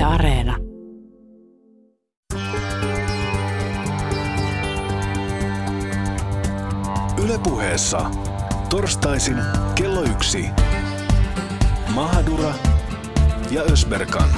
Areena. Yle Puheessa torstaisin kello 1. Mahadura ja Ösberkan.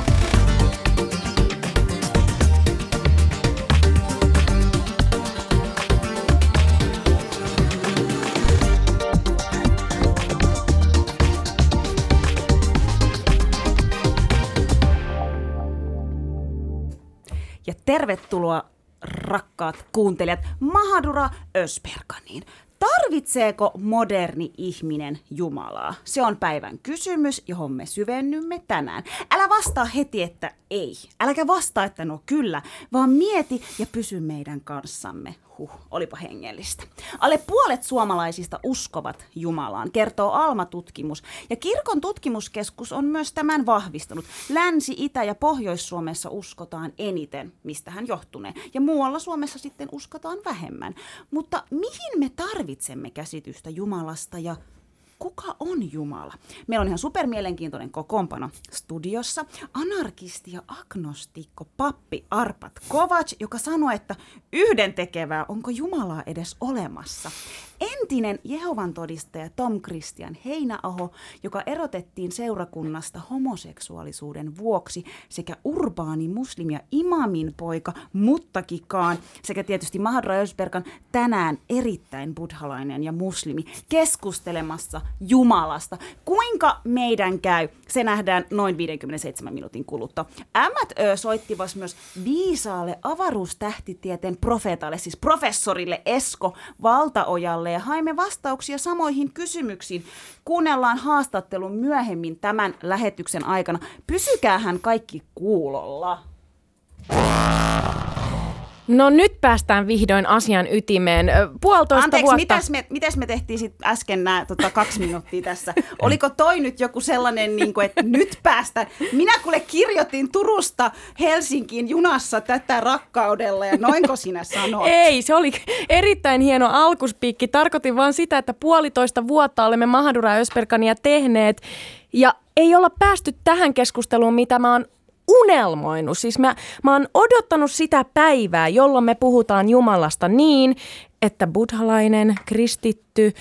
Ja tervetuloa, rakkaat kuuntelijat, Mahadura Ösberkaniin. Tarvitseeko moderni ihminen Jumalaa? Se on päivän kysymys, johon me syvennymme tänään. Älä vastaa heti, että ei. Äläkä vastaa, että no kyllä, vaan mieti ja pysy meidän kanssamme. Olipa hengellistä. Alle puolet suomalaisista uskovat Jumalaan, kertoo Alma-tutkimus. Ja Kirkon tutkimuskeskus on myös tämän vahvistanut. Länsi-, Itä- ja Pohjois-Suomessa uskotaan eniten, mistähän johtuneen. Ja muualla Suomessa sitten uskotaan vähemmän. Mutta mihin me tarvitsemme käsitystä Jumalasta ja kuka on Jumala? Meillä on ihan supermielenkiintoinen kokoonpano studiossa. Anarkisti ja agnostikko pappi Arpad Kovač, joka sanoi, että yhdentekevää, onko Jumalaa edes olemassa. Entinen Jehovan todistaja Tom Christian Heinäaho, joka erotettiin seurakunnasta homoseksuaalisuuden vuoksi, sekä urbaani muslim ja imamin poika Muttaki Khan, sekä tietysti Mahadura Ösberkan tänään erittäin buddhalainen ja muslimi keskustelemassa Jumalasta. Kuinka meidän käy? Se nähdään noin 57 minuutin kuluttua. M&Ö soittivas myös viisaalle avaruustähtitieteen profeetalle, siis professorille Esko Valtaojalle, ja haimme vastauksia samoihin kysymyksiin. Kuunnellaan haastattelun myöhemmin tämän lähetyksen aikana. Pysykäähän kaikki kuulolla. No nyt päästään vihdoin asian ytimeen. Mites me tehtiin sitten äsken nämä 2 minuuttia tässä? Oliko toi nyt joku sellainen, että nyt päästään? Minä kuule kirjoitin Turusta Helsinkiin junassa tätä rakkaudella, ja noinko sinä sanot? Ei, se oli erittäin hieno alkuspiikki. Tarkoitin vaan sitä, että 1,5 vuotta olemme Mahadura Ösberkania tehneet, ja ei olla päästy tähän keskusteluun, mitä mä oon unelmoinut. Siis mä oon odottanut sitä päivää, jolloin me puhutaan Jumalasta niin, että buddhalainen, kristitty,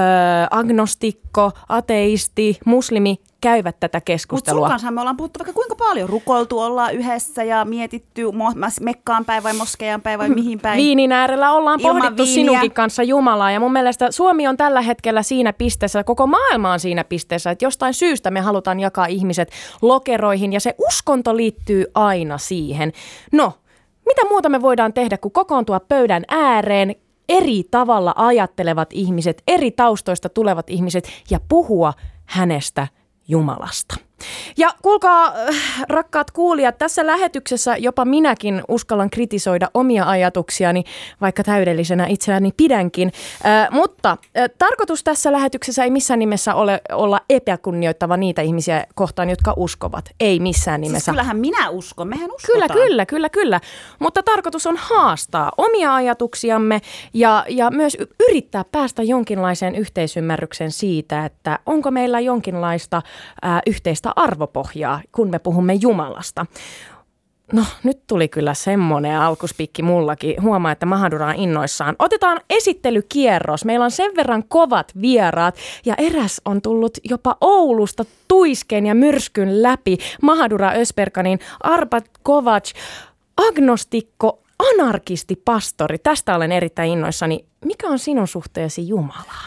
agnostikko, ateisti, muslimi käyvät tätä keskustelua. Mutta sun kanssa me ollaan puhuttu vaikka kuinka paljon. Rukoiltu ollaan yhdessä ja mietitty Mekkaan päin vai Moskejaan päin vai mihin päin. Viinin äärellä ollaan pohdittu sinunkin kanssa Jumalaa. Ja mun mielestä Suomi on tällä hetkellä siinä pisteessä, koko maailma on siinä pisteessä, että jostain syystä me halutaan jakaa ihmiset lokeroihin ja se uskonto liittyy aina siihen. No, mitä muuta me voidaan tehdä kuin kokoontua pöydän ääreen, eri tavalla ajattelevat ihmiset, eri taustoista tulevat ihmiset ja puhua hänestä, Jumalasta. Ja kuulkaa, rakkaat kuulijat, tässä lähetyksessä jopa minäkin uskallan kritisoida omia ajatuksiani, vaikka täydellisenä itseäni pidänkin. Mutta tarkoitus tässä lähetyksessä ei missään nimessä ole olla epäkunnioittava niitä ihmisiä kohtaan, jotka uskovat. Ei missään nimessä. Siis kyllähän minä uskon, mehän uskotaan. Kyllä. Mutta tarkoitus on haastaa omia ajatuksiamme ja myös yrittää päästä jonkinlaiseen yhteisymmärrykseen siitä, että onko meillä jonkinlaista yhteistä arvopohjaa, kun me puhumme Jumalasta. No, nyt tuli kyllä semmoinen alkuspikki mullakin. Huomaa, että Mahadura on innoissaan. Otetaan esittelykierros. Meillä on sen verran kovat vieraat ja eräs on tullut jopa Oulusta tuiskeen ja myrskyn läpi. Mahadura Ösberkanin Arpad Kovač, agnostikko, anarkisti, pastori. Tästä olen erittäin innoissani. Mikä on sinun suhteesi Jumalaan?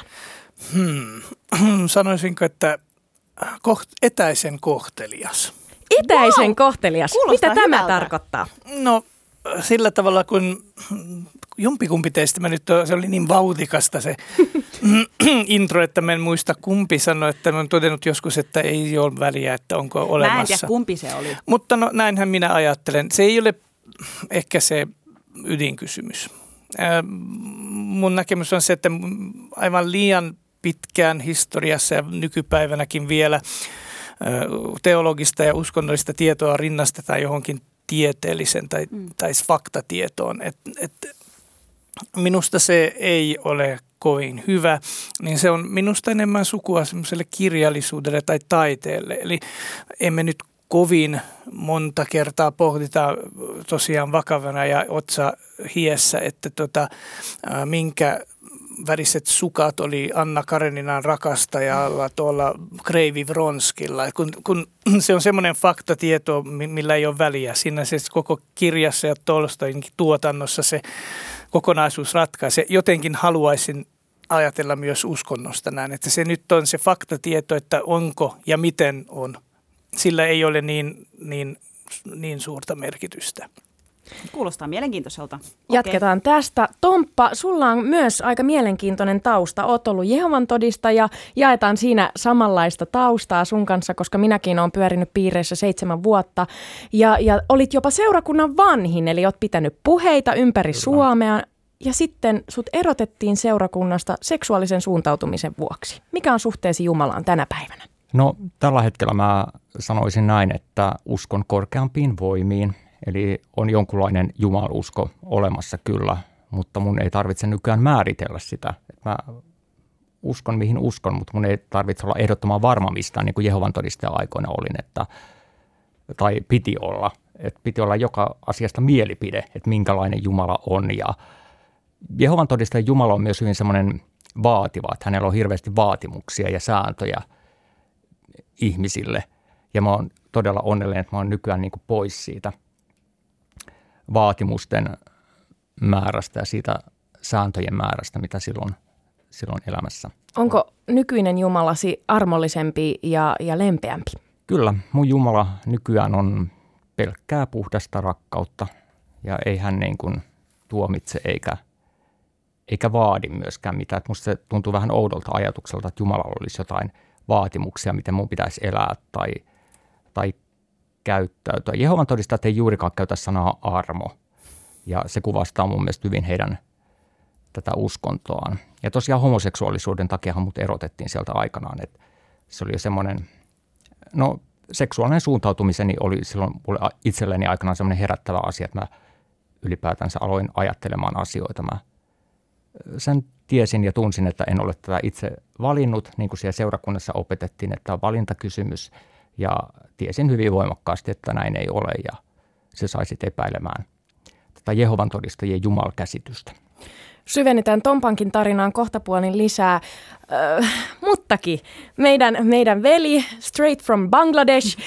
Sanoisinko, että etäisen kohtelias. Etäisen kohtelias? Kuulostaa mitä hyvältä. Tämä tarkoittaa? No sillä tavalla, kun jompikumpi teistä, se oli niin vauhtikasta se intro, että mä en muista kumpi sanoi, että mä oon todennut joskus, että ei ole väliä, että onko olemassa. Mä en tiedä kumpi se oli. Mutta no näinhän minä ajattelen. Se ei ole ehkä se ydinkysymys. Mun näkemys on se, että aivan liian pitkään historiassa ja nykypäivänäkin vielä teologista ja uskonnollista tietoa rinnastetaan johonkin tieteellisen tai faktatietoon. Minusta se ei ole kovin hyvä, niin se on minusta enemmän sukua semmoiselle kirjallisuudelle tai taiteelle. Eli emme nyt kovin monta kertaa pohditaan tosiaan vakavana ja otsa hiessä, että minkä väriset sukat oli Anna Kareninan rakastajalla tuolla Kreivi Vronskilla. Kun se on semmoinen faktatieto, millä ei ole väliä. Siinä se koko kirjassa ja Tolstoinkin tuotannossa se kokonaisuus ratkaisee. Jotenkin haluaisin ajatella myös uskonnosta näin, että se nyt on se faktatieto, että onko ja miten on. Sillä ei ole niin suurta merkitystä. Kuulostaa mielenkiintoiselta. Jatketaan tästä. Tomppa, sulla on myös aika mielenkiintoinen tausta. Oot ollut Jehovan todistaja. Jaetaan siinä samanlaista taustaa sun kanssa, koska minäkin olen pyörinyt piireissä 7 vuotta. Ja olit jopa seurakunnan vanhin, eli oot pitänyt puheita ympäri Suomea. Ja sitten sut erotettiin seurakunnasta seksuaalisen suuntautumisen vuoksi. Mikä on suhteesi Jumalaan tänä päivänä? No tällä hetkellä mä sanoisin näin, että uskon korkeampiin voimiin. Eli on jonkunlainen jumalusko olemassa kyllä, mutta mun ei tarvitse nykyään määritellä sitä. Mä uskon mihin uskon, mutta mun ei tarvitse olla ehdottoman varma mistään, niin kuin Jehovan todistaja aikoina olin, tai piti olla. Että piti olla joka asiasta mielipide, että minkälainen Jumala on. Ja Jehovan todistajan Jumala on myös hyvin semmoinen vaativa, että hänellä on hirveästi vaatimuksia ja sääntöjä ihmisille. Ja mä oon todella onnellinen, että mä oon nykyään niin kuin pois siitä vaatimusten määrästä ja siitä sääntöjen määrästä, mitä silloin elämässä. Onko nykyinen Jumalasi armollisempi ja lempeämpi? Kyllä, mun Jumala nykyään on pelkkää puhdasta rakkautta ja ei hän niin kuin tuomitse eikä vaadi myöskään mitään. Musta se tuntuu vähän oudolta ajatukselta, että Jumalalla olisi jotain vaatimuksia, miten mun pitäisi elää tai käyttäytyä. Jehovan todistajat ei juurikaan käytä sanaa armo, ja se kuvastaa mun mielestä hyvin heidän tätä uskontoaan. Ja tosiaan homoseksuaalisuuden takiahan mut erotettiin sieltä aikanaan, että se oli semmoinen, seksuaalinen suuntautumiseni oli silloin mulle itselleni aikanaan semmoinen herättävä asia, että mä ylipäätänsä aloin ajattelemaan asioita. Mä sen tiesin ja tunsin, että en ole tätä itse valinnut, niin kuin siellä seurakunnassa opetettiin, että on valintakysymys. Ja tiesin hyvin voimakkaasti, että näin ei ole ja se sai sitten epäilemään tätä Jehovan todistajien jumalkäsitystä. Syvennetään Tompankin tarinaan kohtapuolin lisää, muttakin meidän veli, straight from Bangladesh,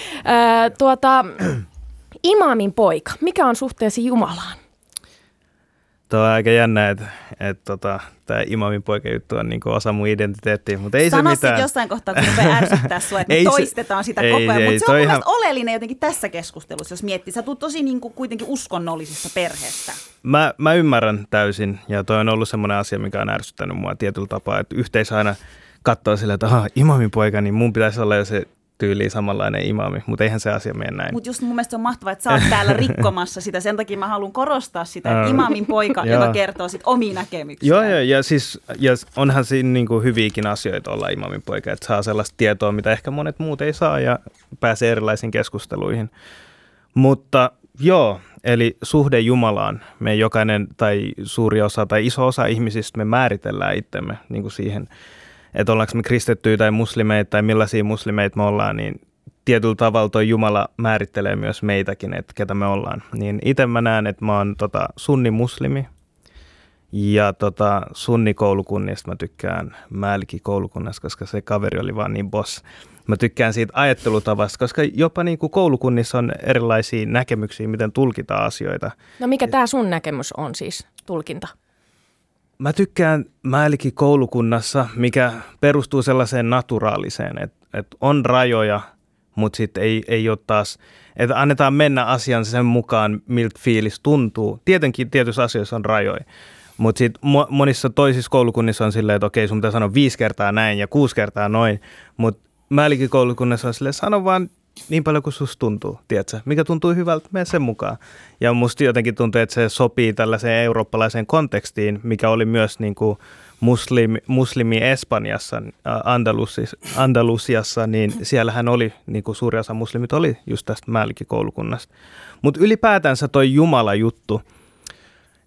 imaamin poika. Mikä on suhteesi Jumalaan? Tuo on aika jännä, että tämä imamin poikajuttu on niin osa mun identiteettiä, mutta ei sano se mitään. Sano jossain kohtaa, kun rupeaa ärsyttää sua, että me toistetaan sitä koko ajan, mutta se on ihan oleellinen jotenkin tässä keskustelussa, jos miettii. Sä tulet tosi niin kuin kuitenkin uskonnollisesta perheestä. Mä ymmärrän täysin, ja toi on ollut semmoinen asia, mikä on ärsyttänyt mua tietyllä tapaa, että yhteisö aina katsoo silleen, että imamin poika, niin mun pitäisi olla jo se tyyliin samanlainen imami, mutta eihän se asia mene näin. Mutta just mun mielestä on mahtavaa, että sä oot täällä rikkomassa sitä. Sen takia mä haluan korostaa sitä, että imamin poika, joka kertoo sit omia näkemyksiä. Joo, ja onhan siinä niinku hyviäkin asioita olla imamin poika, että saa sellaista tietoa, mitä ehkä monet muut ei saa ja pääsee erilaisiin keskusteluihin. Mutta joo, eli suhde Jumalaan, me jokainen tai suuri osa tai iso osa ihmisistä me määritellään itsemme niin kuin siihen, että ollaanko me kristittyjä tai muslimeita tai millaisia muslimeita me ollaan, niin tietyllä tavalla tuo Jumala määrittelee myös meitäkin, että ketä me ollaan. Niin itse mä näen, että mä oon sunni-muslimi ja sunnikoulukunnista mä tykkään Mälki-koulukunnasta, koska se kaveri oli vaan niin boss. Mä tykkään siitä ajattelutavasta, koska jopa niin kuin koulukunnissa on erilaisia näkemyksiä, miten tulkitaan asioita. No mikä tämä sun näkemys on siis, tulkinta? Mä tykkään Mälki-koulukunnassa, mikä perustuu sellaiseen naturaaliseen, että on rajoja, mutta sitten ei ole taas, että annetaan mennä asian sen mukaan, miltä fiilis tuntuu. Tietenkin tietyissä asioissa on rajoja, mutta sitten monissa toisissa koulukunnissa on silleen, että okei, sun pitää sanoa 5 kertaa näin ja 6 kertaa noin, mutta Mälki-koulukunnassa on silleen, sano vaan niin paljon kuin susta tuntuu, tiedätkö? Mikä tuntuu hyvältä, mene sen mukaan. Ja musta jotenkin tuntuu, että se sopii tällaiseen eurooppalaiseen kontekstiin, mikä oli myös niin kuin muslimi Espanjassa, Andalusiassa, niin siellähän oli, niin kuin suuri osa muslimit oli just tästä Mälki-koulukunnasta. Mutta ylipäätänsä toi Jumala-juttu,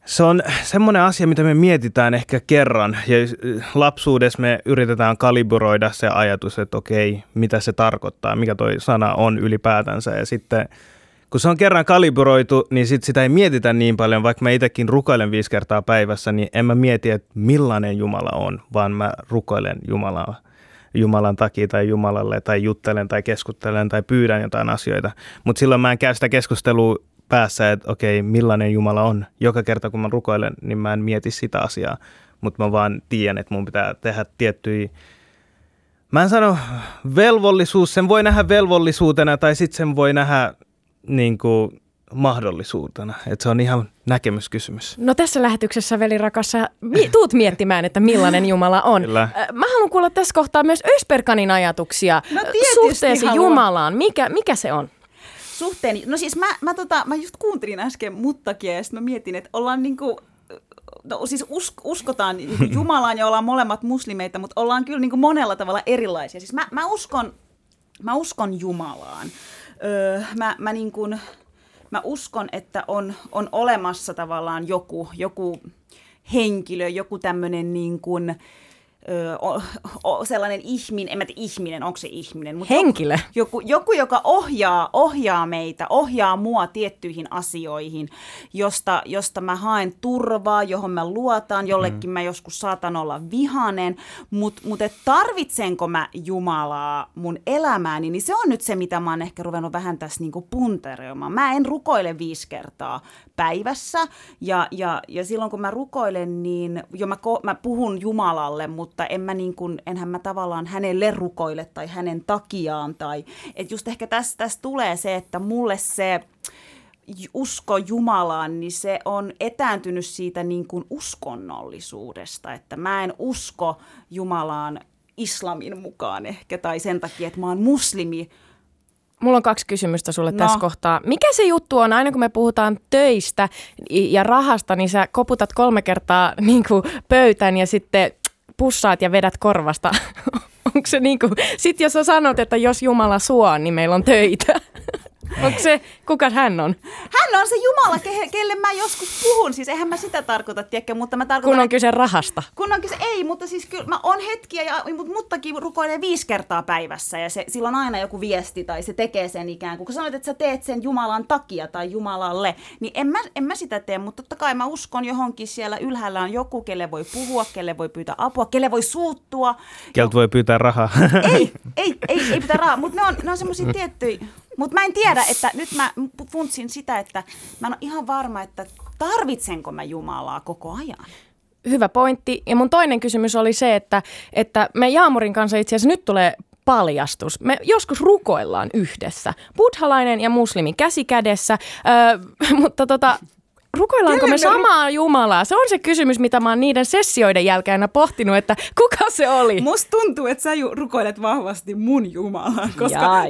Se on semmoinen asia, mitä me mietitään ehkä kerran. Ja lapsuudessa me yritetään kalibroida se ajatus, että okei, mitä se tarkoittaa, mikä toi sana on ylipäätänsä. Ja sitten kun se on kerran kalibroitu, niin sit sitä ei mietitä niin paljon. Vaikka mä itsekin rukoilen 5 kertaa päivässä, niin en mä mieti, että millainen Jumala on, vaan mä rukoilen Jumalan takia tai Jumalalle tai juttelen tai keskustelen tai pyydän jotain asioita. Mutta silloin mä en käy sitä keskustelua päässä, että okei, millainen Jumala on. Joka kerta kun mä rukoilen, niin mä en mieti sitä asiaa, mutta mä vaan tiedän, että mun pitää tehdä tiettyjä, mä en sano velvollisuus, sen voi nähdä velvollisuutena tai sitten sen voi nähdä niin kuin mahdollisuutena. Että se on ihan näkemyskysymys. No tässä lähetyksessä, veli rakas, sä tuut miettimään, että millainen Jumala on. Kyllä. Mä haluan kuulla tässä kohtaa myös Ösberkanin ajatuksia suhteesi Jumalaan. Mikä se on? Suhteeni. No siis mä just kuuntelin äsken Muttakia ja sitten mä mietin, että ollaan niinku, no siis uskotaan niinku Jumalaan ja ollaan molemmat muslimeita, mutta ollaan kyllä niinku monella tavalla erilaisia. Siis mä uskon Jumalaan. Mä uskon, että on olemassa tavallaan joku henkilö, joku tämmöinen niin kuin sellainen ihminen, en mä tiedä ihminen, onko se ihminen. Mutta henkilö. Joku, joka ohjaa meitä, ohjaa mua tiettyihin asioihin, josta mä haen turvaa, johon mä luotan, jollekin mä joskus saatan olla vihainen, mutta tarvitsenko mä Jumalaa mun elämääni, niin se on nyt se, mitä mä oon ehkä ruvennut vähän tässä niinku puntaroimaan. Mä en rukoile 5 kertaa päivässä, ja silloin kun mä rukoilen, niin mä puhun Jumalalle, mutta enhän mä tavallaan hänelle rukoile tai hänen takiaan. Että just ehkä tässä tulee se, että mulle se usko Jumalaan, niin se on etääntynyt siitä niin kuin uskonnollisuudesta. Että mä en usko Jumalaan islamin mukaan ehkä, tai sen takia, että mä oon muslimi. Mulla on 2 kysymystä sulle tässä kohtaa. Mikä se juttu on, aina kun me puhutaan töistä ja rahasta, niin sä koputat 3 kertaa niin kuin pöytän ja sitten pussaat ja vedät korvasta. Onko se niin kuin, sit jos sä sanot, että jos Jumala suo, niin meillä on töitä. Onko se, kuka hän on? Hän on se Jumala, kelle mä joskus puhun. Siis eihän mä sitä tarkoita, tiedäkö, mutta mä tarkoitan... Kun on kyse rahasta. Kun on kyse, ei, mutta siis kyllä mä on hetkiä, muttakin rukoilee 5 kertaa päivässä ja sillä on aina joku viesti tai se tekee sen ikään kuin. Kun sanoit, että sä teet sen Jumalan takia tai Jumalalle, niin en mä sitä tee, mutta totta kai mä uskon johonkin siellä ylhäällä on joku, kelle voi puhua, kelle voi pyytää apua, kelle voi suuttua. Keltä voi pyytää rahaa. Ei pyytää rahaa, mutta ne on semmoisia tiettyjä... Mutta mä en tiedä, että nyt mä funtsin sitä, että mä en ole ihan varma, että tarvitsenko mä Jumalaa koko ajan. Hyvä pointti. Ja mun toinen kysymys oli se, että me Jaamurin kanssa itse asiassa nyt tulee paljastus. Me joskus rukoillaan yhdessä. Buddhalainen ja muslimi käsi kädessä, mutta rukoillaanko me samaa Jumalaa? Se on se kysymys, mitä mä oon niiden sessioiden jälkeen pohtinut, että kuka se oli? Musta tuntuu, että sä rukoilet vahvasti mun Jumalaa, koska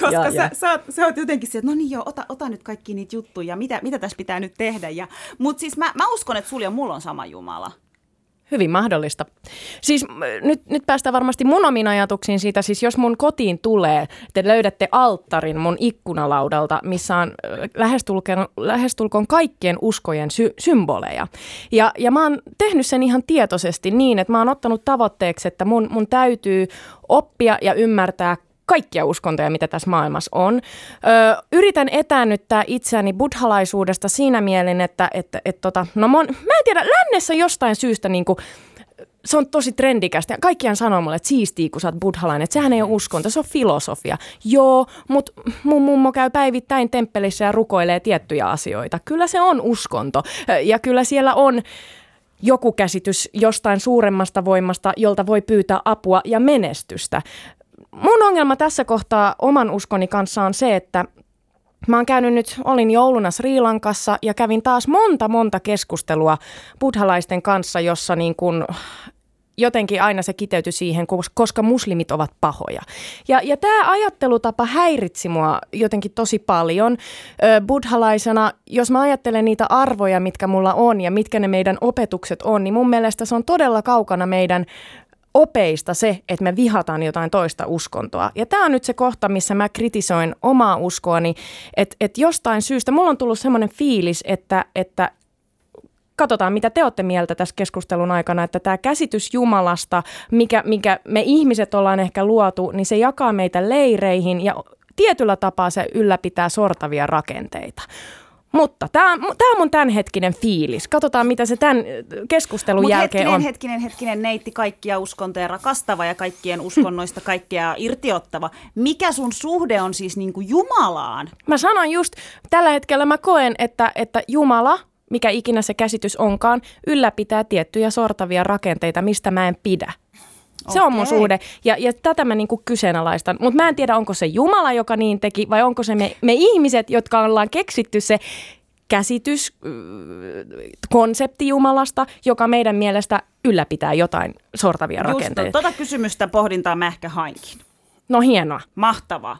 sä oot jotenkin se, että no niin joo, ota nyt kaikki niitä juttuja, mitä tässä pitää nyt tehdä. Mutta siis mä uskon, että sulla ja mulla on sama Jumala. Hyvin mahdollista. Siis nyt päästään varmasti mun omiin ajatuksiin siitä, siis jos mun kotiin tulee, te löydätte alttarin mun ikkunalaudalta, missä on lähestulkoon kaikkien uskojen symboleja. Ja mä oon tehnyt sen ihan tietoisesti niin, että mä oon ottanut tavoitteeksi, että mun täytyy oppia ja ymmärtää kaikkia uskontoja, mitä tässä maailmassa on. Yritän etäännyttää itseäni buddhalaisuudesta siinä mielin, että mä en tiedä, lännessä jostain syystä niinku, se on tosi trendikästä. Kaikkiaan sanoo mulle, että siistii, kun sä oot buddhalainen, että sehän ei ole uskonto, se on filosofia. Joo, mutta mun mummo käy päivittäin temppelissä ja rukoilee tiettyjä asioita. Kyllä se on uskonto ja kyllä siellä on joku käsitys jostain suuremmasta voimasta, jolta voi pyytää apua ja menestystä. Mun ongelma tässä kohtaa oman uskoni kanssa on se, että mä oon olin jouluna Sri Lankassa ja kävin taas monta keskustelua buddhalaisten kanssa, jossa niin kun jotenkin aina se kiteytyi siihen, koska muslimit ovat pahoja. Ja tämä ajattelutapa häiritsi mua jotenkin tosi paljon buddhalaisena. Jos mä ajattelen niitä arvoja, mitkä mulla on ja mitkä ne meidän opetukset on, niin mun mielestä se on todella kaukana meidän opeista se, että me vihataan jotain toista uskontoa. Ja tämä on nyt se kohta, missä mä kritisoin omaa uskoani, että jostain syystä mulla on tullut semmoinen fiilis, että katsotaan, mitä te olette mieltä tässä keskustelun aikana, että tämä käsitys Jumalasta, mikä me ihmiset ollaan ehkä luotu, niin se jakaa meitä leireihin ja tietyllä tapaa se ylläpitää sortavia rakenteita. Mutta tämä on mun tämänhetkinen fiilis. Katsotaan, mitä se tämän keskustelun jälkeen on. Hetkinen, Neitti, kaikkia uskontoja rakastava ja kaikkien uskonnoista kaikkea irtiottava. Mikä sun suhde on siis niin kuin Jumalaan? Mä sanon just, tällä hetkellä mä koen, että Jumala, mikä ikinä se käsitys onkaan, ylläpitää tiettyjä sortavia rakenteita, mistä mä en pidä. Se on mun suhde ja tätä mä niinku kyseenalaistan. Mutta mä en tiedä, onko se Jumala, joka niin teki, vai onko se me ihmiset, jotka ollaan keksitty se käsitys, konsepti Jumalasta, joka meidän mielestä ylläpitää jotain sortavia rakenteita. Just kysymystä pohdintaa mä ehkä hainkin. No hienoa. Mahtavaa.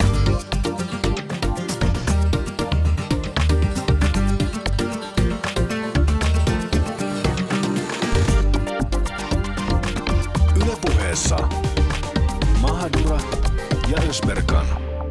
Puheessa Mahadura ja Ösberkan.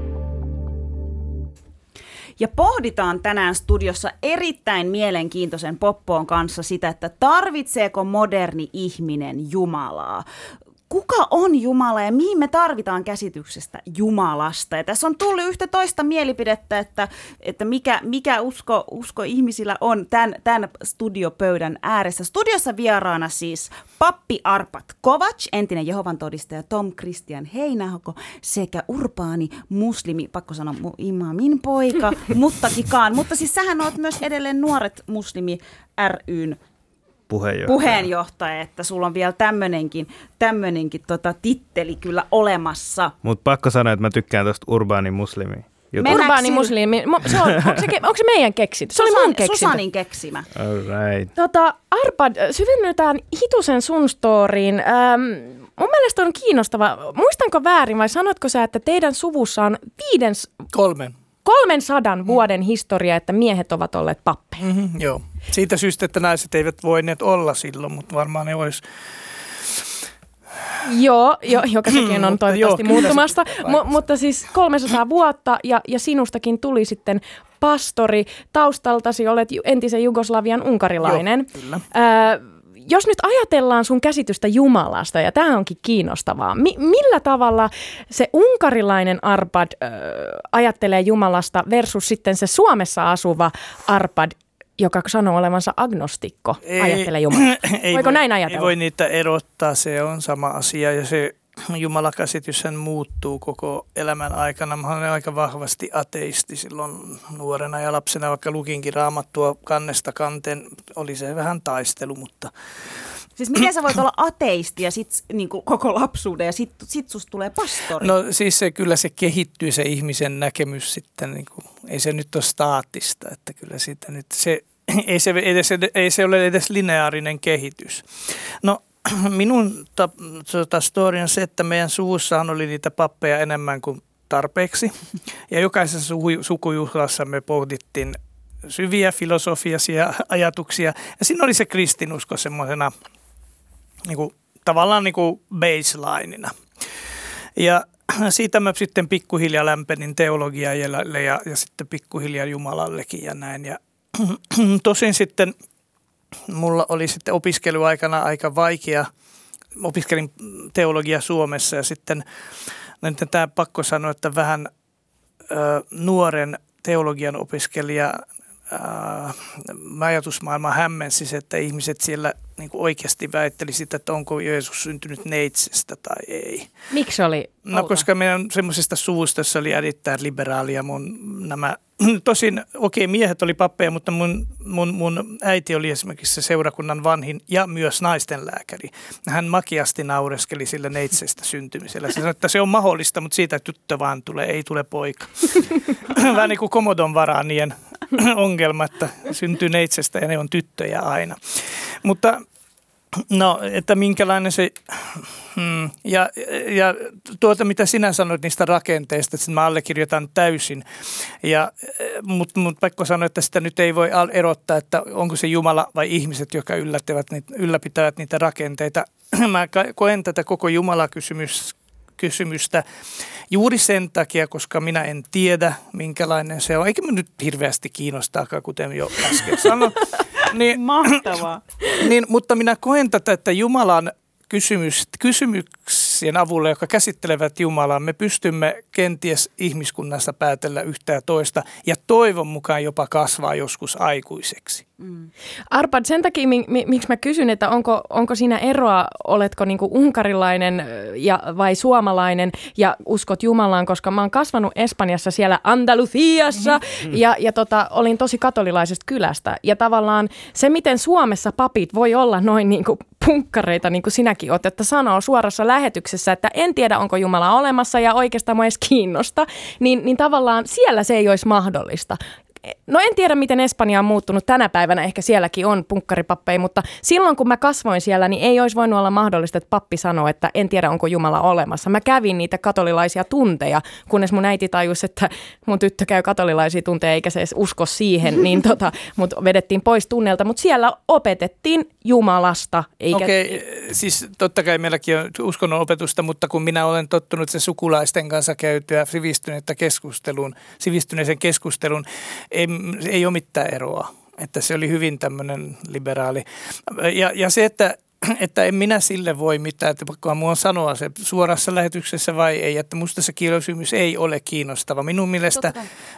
Ja pohditaan tänään studiossa erittäin mielenkiintoisen Poppoon kanssa sitä, että tarvitseeko moderni ihminen Jumalaa. Kuka on Jumala ja mihin me tarvitaan käsityksestä Jumalasta? Ja tässä on tullut yhtä toista mielipidettä, että mikä usko ihmisillä on tämän studiopöydän ääressä. Studiossa vieraana siis pappi Arpad Kovač, entinen Jehovan todistaja Tom Christian Heinähoko sekä urbaani muslimi, pakko sanoa imamin poika, mutta siis sähän oot myös edelleen Nuoret Muslimi ryn puheenjohtaja, että sulla on vielä tämmöinenkin titteli kyllä olemassa. Mutta pakko sanoa, että mä tykkään tuosta urbaani muslimi. Urbaani muslimi, onko se meidän keksitty? Se oli mun keksitty. Susanin keksimä. All right. Arpad, syvennytään hitusen sun storyin. Mun mielestä on kiinnostava. Muistanko väärin vai sanotko sä, että teidän suvussa on 300 vuoden historia, että miehet ovat olleet pappeja? Joo. Siitä syystä, että naiset eivät voineet olla silloin, mutta varmaan ne olisi. Joo, joka sekin on toivottavasti muuttumasta. Mutta siis 300 vuotta ja sinustakin tuli sitten pastori. Taustaltasi olet entisen Jugoslavian unkarilainen. Joo, kyllä. Jos nyt ajatellaan sun käsitystä Jumalasta, ja tämä onkin kiinnostavaa, millä tavalla se unkarilainen Arpad ajattelee Jumalasta versus sitten se Suomessa asuva Arpad, joka sanoo olevansa agnostikko, ajattelee Jumalasta? Voiko näin ajatella? Ei voi niitä erottaa, se on sama asia ja se Jumalakäsityshän muuttuu koko elämän aikana. Mä olen aika vahvasti ateisti silloin nuorena ja lapsena, vaikka lukinkin Raamattua kannesta kanteen. Oli se vähän taistelu, mutta... Siis miten sä voit olla ateisti ja sit niinku koko lapsuuden ja sit susta tulee pastori? No siis kyllä se kehittyy se ihmisen näkemys sitten, niinku, ei se nyt ole staattista, että kyllä siitä nyt ei se ole edes lineaarinen kehitys. No minun story on se, että meidän suvussaan oli niitä pappeja enemmän kuin tarpeeksi. Ja jokaisessa sukujuhlassa me pohdittiin syviä filosofisia ajatuksia. Ja siinä oli se kristinusko semmoisena niinku, tavallaan niinku baselineina. Ja siitä mä sitten pikkuhiljaa lämpenin teologialle ja sitten pikkuhiljaa Jumalallekin ja näin. Ja tosin sitten mulla oli sitten opiskeluaikana aika vaikea. Opiskelin teologia Suomessa ja sitten tämä pakko sanoa, että vähän nuoren teologian opiskelija ajatusmaailma hämmensi se, että ihmiset siellä niin kuin oikeasti väitteli sitä, että onko Jeesus syntynyt neitsestä tai ei. Miksi oli? No koska meidän semmoisesta suvusta, jossa oli erittäin liberaalia tosin miehet oli pappeja, mutta mun äiti oli esimerkiksi se seurakunnan vanhin ja myös naistenlääkäri. Hän makiasti naureskeli sillä neitsestä syntymisellä. Se sanoi, että se on mahdollista, mutta siitä tyttö vaan tulee, ei tule poika. Vähän niin kuin Komodon varaanien ongelma, että syntyy neitsestä ja ne on tyttöjä aina. Mutta no, että minkälainen se, ja mitä sinä sanoit niistä rakenteista, että mä allekirjoitan täysin, mutta pakko sanoa, että sitä nyt ei voi erottaa, että onko se Jumala vai ihmiset, jotka ylläpitävät niitä rakenteita. Mä koen tätä koko Jumala-kysymystä juuri sen takia, koska minä en tiedä, minkälainen se on. Eikä mä nyt hirveästi kiinnostaakaan, kuten jo äsken sanoin. Mahtavaa. Mutta minä koen tätä, että Jumalan kysymyksien avulla, jotka käsittelevät Jumalaa, me pystymme kenties ihmiskunnassa päätellä yhtä ja toista ja toivon mukaan jopa kasvaa joskus aikuiseksi. Arpad, sen takia, miksi mä kysyn, että onko siinä eroa, oletko niinku unkarilainen vai suomalainen ja uskot Jumalaan, koska mä oon kasvanut Espanjassa siellä Andalusiassa ja olin tosi katolilaisesta kylästä. Ja tavallaan se, miten Suomessa papit voi olla noin niinku punkkareita, niin kuin sinäkin oot, että sanoo suorassa lähetyksessä, että en tiedä, onko Jumala olemassa ja oikeastaan mua edes kiinnosta, niin tavallaan siellä se ei olisi mahdollista. No en tiedä, miten Espanja on muuttunut tänä päivänä, ehkä sielläkin on punkkaripappeja, mutta silloin kun mä kasvoin siellä, niin ei olisi voinut olla mahdollista, että pappi sanoo, että en tiedä, onko Jumala olemassa. Mä kävin niitä katolilaisia tunteja, kunnes mun äiti tajusi, että mun tyttö käy katolilaisia tunteja eikä se edes usko siihen, niin mut vedettiin pois tunnelta, mutta siellä opetettiin Jumalasta. Okei, siis totta kai meilläkin on uskonnon opetusta, mutta kun minä olen tottunut sen sukulaisten kanssa käytyä sivistyneisen keskustelun, ei ole mitään eroa, että se oli hyvin tämmöinen liberaali. Ja se, että en minä sille voi mitään, että pakkoa mua sanoa se suorassa lähetyksessä vai ei, että musta se kysymys ei ole kiinnostava. Minun mielestä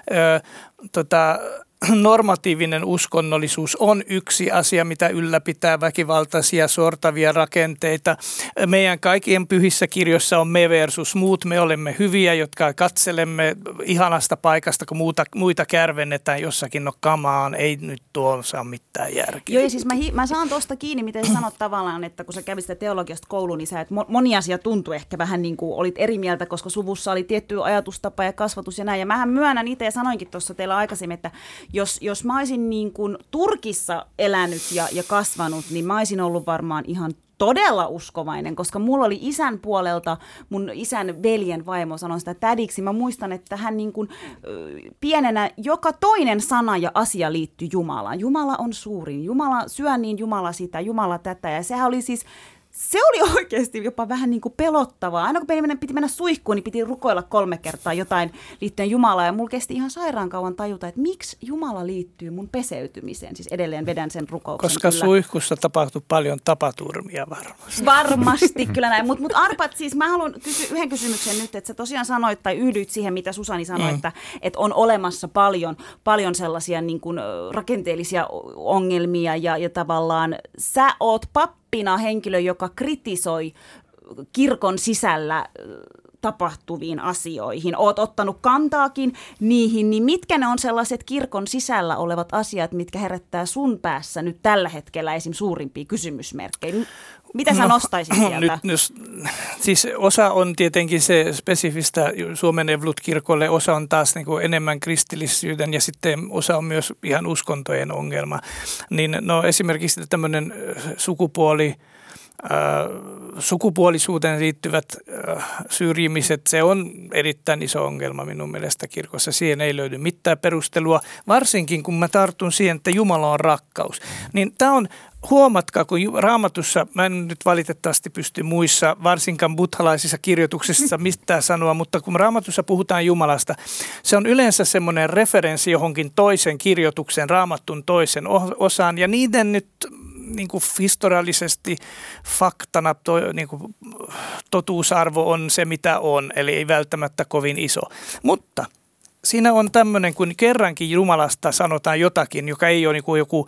normatiivinen uskonnollisuus on yksi asia, mitä ylläpitää väkivaltaisia, sortavia rakenteita. Meidän kaikkien pyhissä kirjoissa on me versus muut. Me olemme hyviä, jotka katselemme ihanasta paikasta, kun muita kärvennetään jossakin. No kamaan, ei nyt tuo saa mitään järkeä. Joo, ja siis mä saan tuosta kiinni, miten sä sanot tavallaan, että kun sä kävit sitä teologiasta kouluun, niin sä et moni asia tuntui ehkä vähän niin kuin olit eri mieltä, koska suvussa oli tietty ajatustapa ja kasvatus ja näin. Ja mähän myönnän itse ja sanoinkin tuossa teillä aikaisemmin, että jos mä olisin niin kuin Turkissa elänyt ja kasvanut, niin mä olisin ollut varmaan ihan todella uskovainen, koska mulla oli isän puolelta, mun isän veljen vaimo sanoi sitä tädiksi. Mä muistan, että hän niin kuin, pienenä joka toinen sana ja asia liittyi Jumalaan. Jumala on suurin, Jumala syö niin, Jumala sitä, Jumala tätä. Ja sehän oli siis... Se oli oikeasti jopa vähän niin kuin pelottavaa. Aina kun piti mennä suihkuun, niin piti rukoilla 3 kertaa jotain liittyen Jumalaan. Ja mulla kesti ihan sairaan kauan tajuta, että miksi Jumala liittyy mun peseytymiseen. Siis edelleen vedän sen rukouksen. Koska kyllä. Suihkussa tapahtui paljon tapaturmia varmasti. Varmasti, kyllä näin. Mutta Arpad, siis mä haluan kysyä yhden kysymyksen nyt, että sä tosiaan sanoit tai yhdyit siihen, mitä Susani sanoi, että on olemassa paljon sellaisia niin kuin rakenteellisia ongelmia ja tavallaan sä oot pappina henkilö, joka kritisoi kirkon sisällä tapahtuviin asioihin. Oot ottanut kantaakin niihin, niin mitkä ne on sellaiset kirkon sisällä olevat asiat, mitkä herättää sun päässä nyt tällä hetkellä esim. Suurimpia kysymysmerkkejä? Mitä sä nostaisit sieltä? Siis osa on tietenkin se spesifistä Suomen Evlut-kirkolle, osa on taas niin kuin enemmän kristillisyyden ja sitten osa on myös ihan uskontojen ongelma. Niin esimerkiksi tämmöinen sukupuolisuuteen liittyvät syrjimiset, se on erittäin iso ongelma minun mielestä kirkossa. Siihen ei löydy mitään perustelua, varsinkin kun mä tartun siihen, että Jumala on rakkaus. Niin tämä on, huomatkaa, kun Raamatussa, mä en nyt valitettavasti pysty muissa, varsinkaan buddhalaisissa kirjoituksissa mitään sanoa, mutta kun Raamatussa puhutaan Jumalasta, se on yleensä semmoinen referenssi johonkin toisen kirjoituksen, Raamatun toisen osaan, ja niiden nyt niin kuin historiallisesti faktana niin kuin totuusarvo on se, mitä on, eli ei välttämättä kovin iso. Mutta siinä on tämmöinen, kun kerrankin Jumalasta sanotaan jotakin, joka ei ole niin kuin joku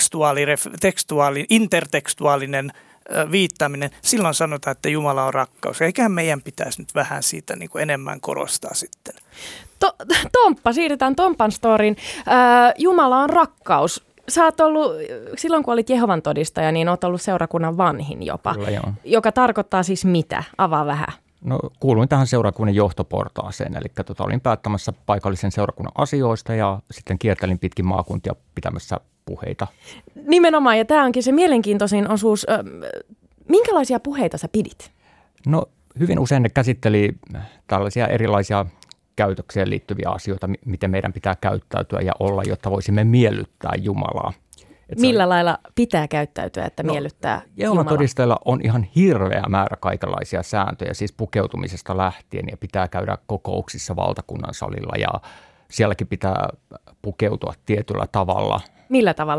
intertekstuaalinen viittaaminen, silloin sanotaan, että Jumala on rakkaus. Eiköhän meidän pitäisi nyt vähän siitä niin kuin enemmän korostaa sitten. Tomppa, siirrytään Tompan storiin. Jumala on rakkaus. Sä oot ollut, silloin kun olit Jehovan todistaja, niin oot ollut seurakunnan vanhin jopa, kyllä, joka tarkoittaa siis mitä? Avaa vähän. No kuuluin tähän seurakunnan johtoportaaseen, eli olin päättämässä paikallisen seurakunnan asioista ja sitten kiertelin pitkin maakuntia pitämässä puheita. Nimenomaan, ja tämä onkin se mielenkiintoisin osuus. Minkälaisia puheita sä pidit? No hyvin usein ne käsitteli tällaisia erilaisia käytökseen liittyviä asioita, miten meidän pitää käyttäytyä ja olla, jotta voisimme miellyttää Jumalaa. Millä lailla pitää käyttäytyä, että miellyttää Jumalaa? Jehovan todistajilla on ihan hirveä määrä kaikenlaisia sääntöjä, siis pukeutumisesta lähtien, ja pitää käydä kokouksissa valtakunnan salilla, ja sielläkin pitää pukeutua tietyllä tavalla. Millä tavalla?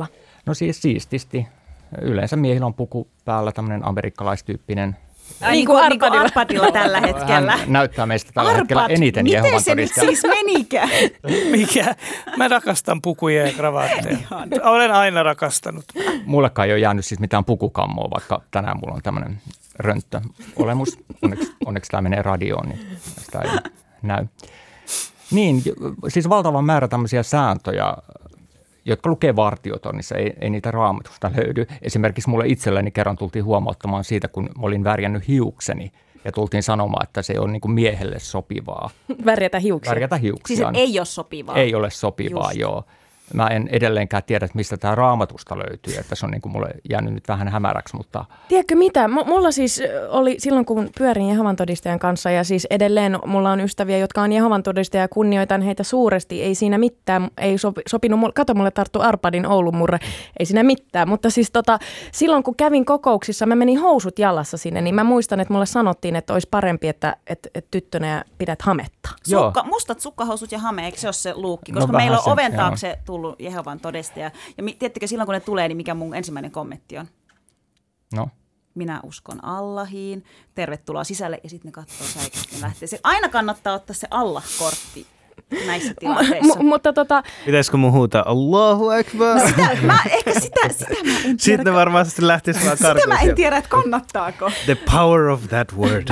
No siis siististi. Yleensä miehillä on puku päällä tämmöinen amerikkalaistyyppinen. Niin kuin Arpadilla tällä hetkellä. Hän näyttää meistä tällä hetkellä eniten Jehovan todistajaa. Miten se nyt siis menikään? Mikä? Mä rakastan pukuja ja kravaatteja. Olen aina rakastanut. Mullekaan ei ole jäänyt siis mitään pukukammoa, vaikka tänään mulla on tämmöinen rönttöolemus. Onneksi tämä menee radioon, niin sitä ei näy. Niin, siis valtava määrä tämmöisiä sääntöjä, jotka lukee vartiotonnissa, ei niitä Raamatusta löydy. Esimerkiksi mulle itselleni kerran tultiin huomauttamaan siitä, kun olin värjännyt hiukseni ja tultiin sanomaan, että se on niin kuin miehelle sopivaa. Värjätä hiuksia. Siis ei ole sopivaa. Ei ole sopivaa, just. Joo. Mä en edelleenkään tiedä, että mistä tämä Raamatusta löytyy, että se on niin kuin mulle jäänyt nyt vähän hämäräksi, mutta... Tiedätkö mitä? Mulla siis oli silloin, kun pyörin Jehovan todistajan kanssa ja siis edelleen mulla on ystäviä, jotka on Jehovan todistajia ja kunnioitan heitä suuresti. Ei siinä mitään, ei sopinut, kato mulle tarttu Arpadin Oulun murre, ei siinä mitään. Mutta siis silloin, kun kävin kokouksissa, mä menin housut jalassa sinne, niin mä muistan, että mulle sanottiin, että olisi parempi, että tyttönä pidät hametta. Mustat sukkahousut ja hame, eikö se ole se luukki? Koska meillä on oven taakse tullut Jehovan todistaja. Ja tiedättekö, silloin kun ne tulee, niin mikä mun ensimmäinen kommentti on? No. Minä uskon Allahiin, tervetuloa sisälle ja sitten ne katsoo säikästä ja lähtee. Aina kannattaa ottaa se Allah-kortti näissä tilanteissa. Mutta pitäisikö mun huutaa Allahu Akbar? No sitä mä en tiedä. Sitten ne varmaan lähtisi vaan karkuun. Sitä mä en tiedä, että kannattaako. The power of that word.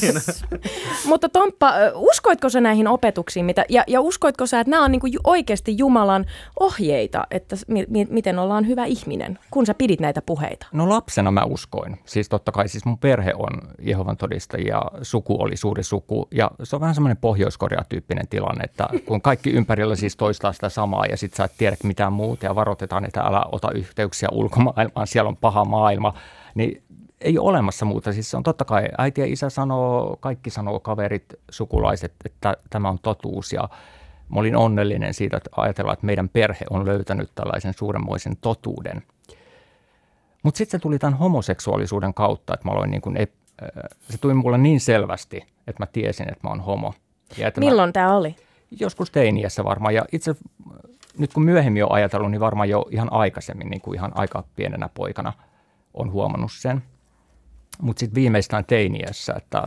Mutta Tomppa, uskoitko sä näihin opetuksiin? Ja uskoitko sä, että nämä on niinku oikeasti Jumalan ohjeita, että miten ollaan hyvä ihminen, kun sä pidit näitä puheita? No lapsena mä uskoin. Siis totta kai siis mun perhe on Jehovan todistajia, suku oli suuri suku. Ja se on vähän semmoinen Pohjois-Korea-tyyppinen tilanne, että kun kaikki ympärillä siis toistaa sitä samaa ja sit sä et tiedä mitään muuta ja varoitetaan, että älä ota yhteyksiä ulkomaailmaan, siellä on paha maailma, niin ei ole olemassa muuta. Siis se on totta kai, äiti ja isä sanoo, kaikki sanoo, kaverit, sukulaiset, että tämä on totuus ja mä olin onnellinen siitä, että ajatellaan, että meidän perhe on löytänyt tällaisen suuremmoisen totuuden. Mutta sitten se tuli tämän homoseksuaalisuuden kautta, että mä aloin niin kuin, se tuli mulle niin selvästi, että mä tiesin, että mä oon homo. Milloin tämä oli? Joskus teiniässä varmaan ja itse nyt kun myöhemmin on ajatellut, niin varmaan jo ihan aikaisemmin, niin kuin ihan aika pienenä poikana on huomannut sen. Mutta sitten viimeistään teiniässä, että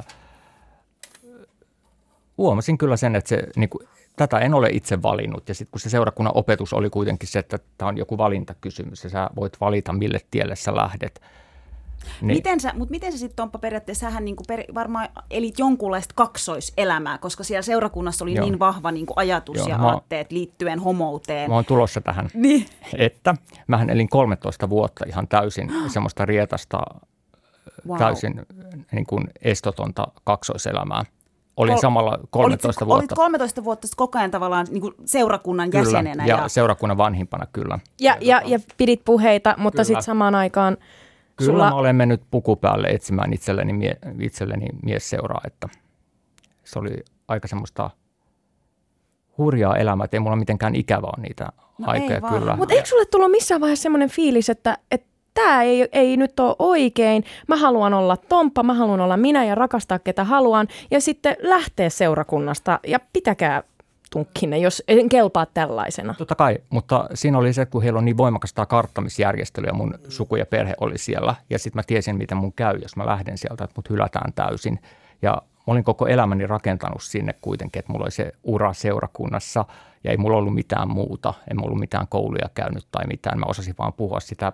huomasin kyllä sen, että se, niin kuin, tätä en ole itse valinnut. Ja sitten kun se seurakunnan opetus oli kuitenkin se, että tämä on joku valintakysymys ja sä voit valita, mille tielle sä lähdet. Niin. Miten sä sitten, Tomppa, periaatteessa sähän niinku varmaan elit jonkunlaista kaksoiselämää, koska siellä seurakunnassa oli niin vahva niinku ajatus ja aatteet liittyen homouteen. Mä oon tulossa tähän, että mähän elin 13 vuotta ihan täysin semmoista rietasta, täysin niin kuin estotonta kaksoiselämää. Olin samalla 13 vuotta. Olit 13 vuotta koko ajan tavallaan niin kuin seurakunnan kyllä, jäsenenä. Ja seurakunnan vanhimpana kyllä. Ja pidit puheita, mutta sitten samaan aikaan... Kyllä mä olen mennyt puku päälle etsimään itselleni miesseuraa, että se oli aika semmoista hurjaa elämää, että ei mulla mitenkään ikävä ole niitä aikoja kyllä. Mutta eikö sulle tullut missään vaiheessa semmoinen fiilis, että tämä ei nyt ole oikein, mä haluan olla Tomppa, mä haluan olla minä ja rakastaa ketä haluan ja sitten lähteä seurakunnasta ja pitäkää tunkkinen, jos en kelpaa tällaisena. Totta kai, mutta siinä oli se, että kun heillä on niin voimakas tämä karttamisjärjestely ja mun suku ja perhe oli siellä. Ja sitten mä tiesin, miten mun käy, jos mä lähden sieltä, että mut hylätään täysin. Ja mä olin koko elämäni rakentanut sinne kuitenkin, että mulla oli se ura seurakunnassa ja ei mulla ollut mitään muuta. En mulla ollut mitään kouluja käynyt tai mitään. Mä osasin vaan puhua sitä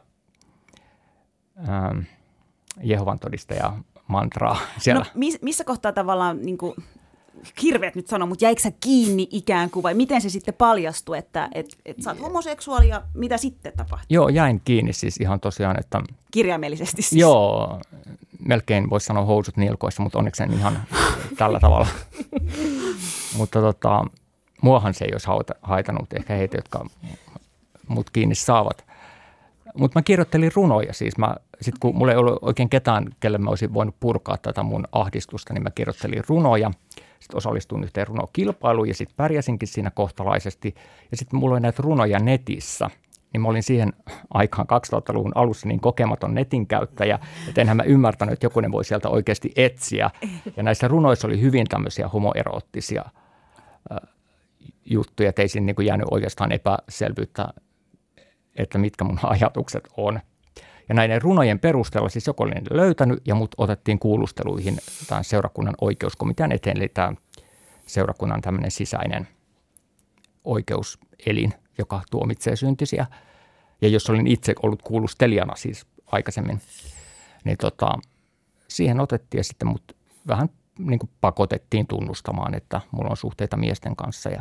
Jehovan todistaja mantraa siellä. No, missä kohtaa tavallaan... Niin kuin hirveät nyt sanoa, mutta jäikö sä kiinni ikään kuin vai miten se sitten paljastui, että sä oot homoseksuaali ja mitä sitten tapahtui? Joo, jäin kiinni siis ihan tosiaan, että... Kirjaimellisesti siis? Joo, melkein voisi sanoa housut nilkoissa, mutta onneksi en ihan tällä tavalla. Mutta muahan se ei olisi haitanut, ehkä heitä, jotka mut kiinni saavat. Mutta mä kirjoittelin runoja siis. Sitten kun mulla ei ollut oikein ketään, kelle mä olisin voinut purkaa tätä mun ahdistusta, niin mä kirjoittelin runoja. Sitten osallistuin yhteen runokilpailuun ja sitten pärjäsinkin siinä kohtalaisesti. Ja sitten mulla oli näitä runoja netissä. Niin mä olin siihen aikaan 2000-luvun alussa niin kokematon netin käyttäjä, että enhän mä ymmärtänyt, että jokunen voi sieltä oikeasti etsiä. Ja näissä runoissa oli hyvin tämmöisiä homoeroottisia juttuja, että ei siinä niin kuin jäänyt oikeastaan epäselvyyttä että mitkä mun ajatukset on. Ja näiden runojen perusteella siis joku oli löytänyt ja mut otettiin kuulusteluihin tämän seurakunnan oikeuskomitean eteen, eli tämä seurakunnan tämmöinen sisäinen oikeuselin, joka tuomitsee syntisiä. Ja jos olin itse ollut kuulustelijana siis aikaisemmin, niin siihen otettiin ja sitten mut vähän niin kuin pakotettiin tunnustamaan, että mulla on suhteita miesten kanssa.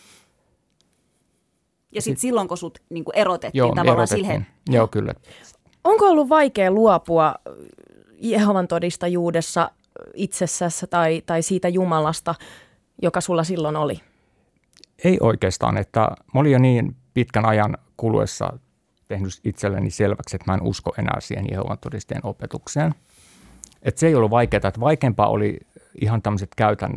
Ja sitten silloin, kun sut niin kuin erotettiin tavallaan siihen. Joo, kyllä. Onko ollut vaikea luopua Jehovan todistajuudessa itsessäsi tai siitä Jumalasta, joka sulla silloin oli? Ei oikeastaan, että mä olin jo niin pitkän ajan kuluessa tehnyt itselleni selväksi, että mä en usko enää siihen Jehovan todistajien opetukseen. Että se ei ollut vaikeaa, että vaikeampaa oli ihan tämmöiset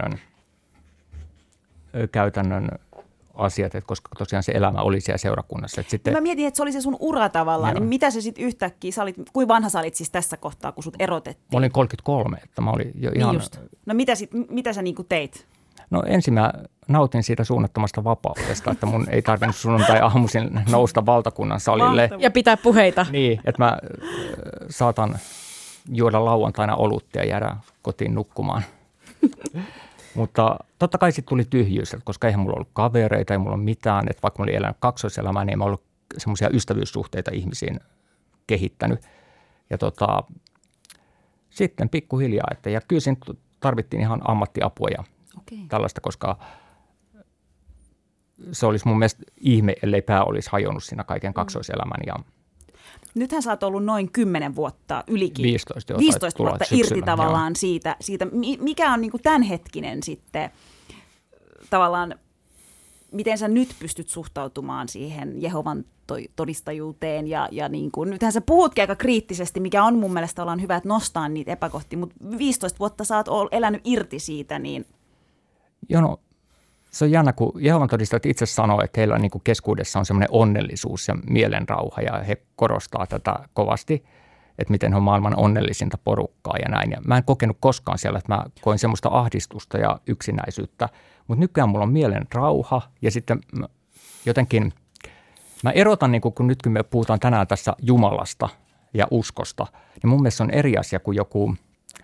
käytännön asiat, että koska tosiaan se elämä oli siellä seurakunnassa. Että sitten, mä mietin, että se oli se sun ura tavallaan, niin mitä se sitten yhtäkkiä, kuinka vanha sä olit siis tässä kohtaa, kun sut erotettiin? Mä olin 33, että mä olin jo ihan... Niin no mitä sä niinku teit? No ensin mä nautin siitä suunnattomasta vapaudesta, että mun ei tarvinnut sunnuntai-aamuisin nousta valtakunnan salille. Ja pitää puheita. Niin, että mä saatan juoda lauantaina olutta ja jäädä kotiin nukkumaan. Mutta totta kai sitten tuli tyhjyys, koska eihän mulla ollut kavereita, ei mulla ole mitään. Että vaikka mä olin elänyt kaksoiselämää, niin en mä ollut semmoisia ystävyyssuhteita ihmisiin kehittänyt. Ja sitten pikkuhiljaa, ja kyllä siinä tarvittiin ihan ammattiapua ja tällaista, koska se olisi mun mielestä ihme, ellei pää olisi hajonnut siinä kaiken kaksoiselämän. Ja nythän sä oot ollut noin 10 vuotta, ylikin 15 vuotta irti tavallaan siitä, mikä on niin kuin tämänhetkinen sitten tavallaan, miten sä nyt pystyt suhtautumaan siihen Jehovan todistajuuteen ja niin kuin, nythän sä puhutkin aika kriittisesti, mikä on mun mielestä ollaan hyvä, että nostaa niitä epäkohtia, mutta 15 vuotta sä oot elänyt irti siitä, niin... Joo, no se on jännä, kun Jehovan todistajat itse sanoo, että heillä niin kuin keskuudessa on semmoinen onnellisuus ja mielenrauha ja he korostaa tätä kovasti, että miten he on maailman onnellisinta porukkaa ja näin. Ja mä en kokenut koskaan siellä, että mä koin semmoista ahdistusta ja yksinäisyyttä, mutta nykyään mulla on mielenrauha ja sitten jotenkin mä erotan, niin kun nyt kun me puhutaan tänään tässä Jumalasta ja uskosta, niin mun mielestä se on eri asia kuin joku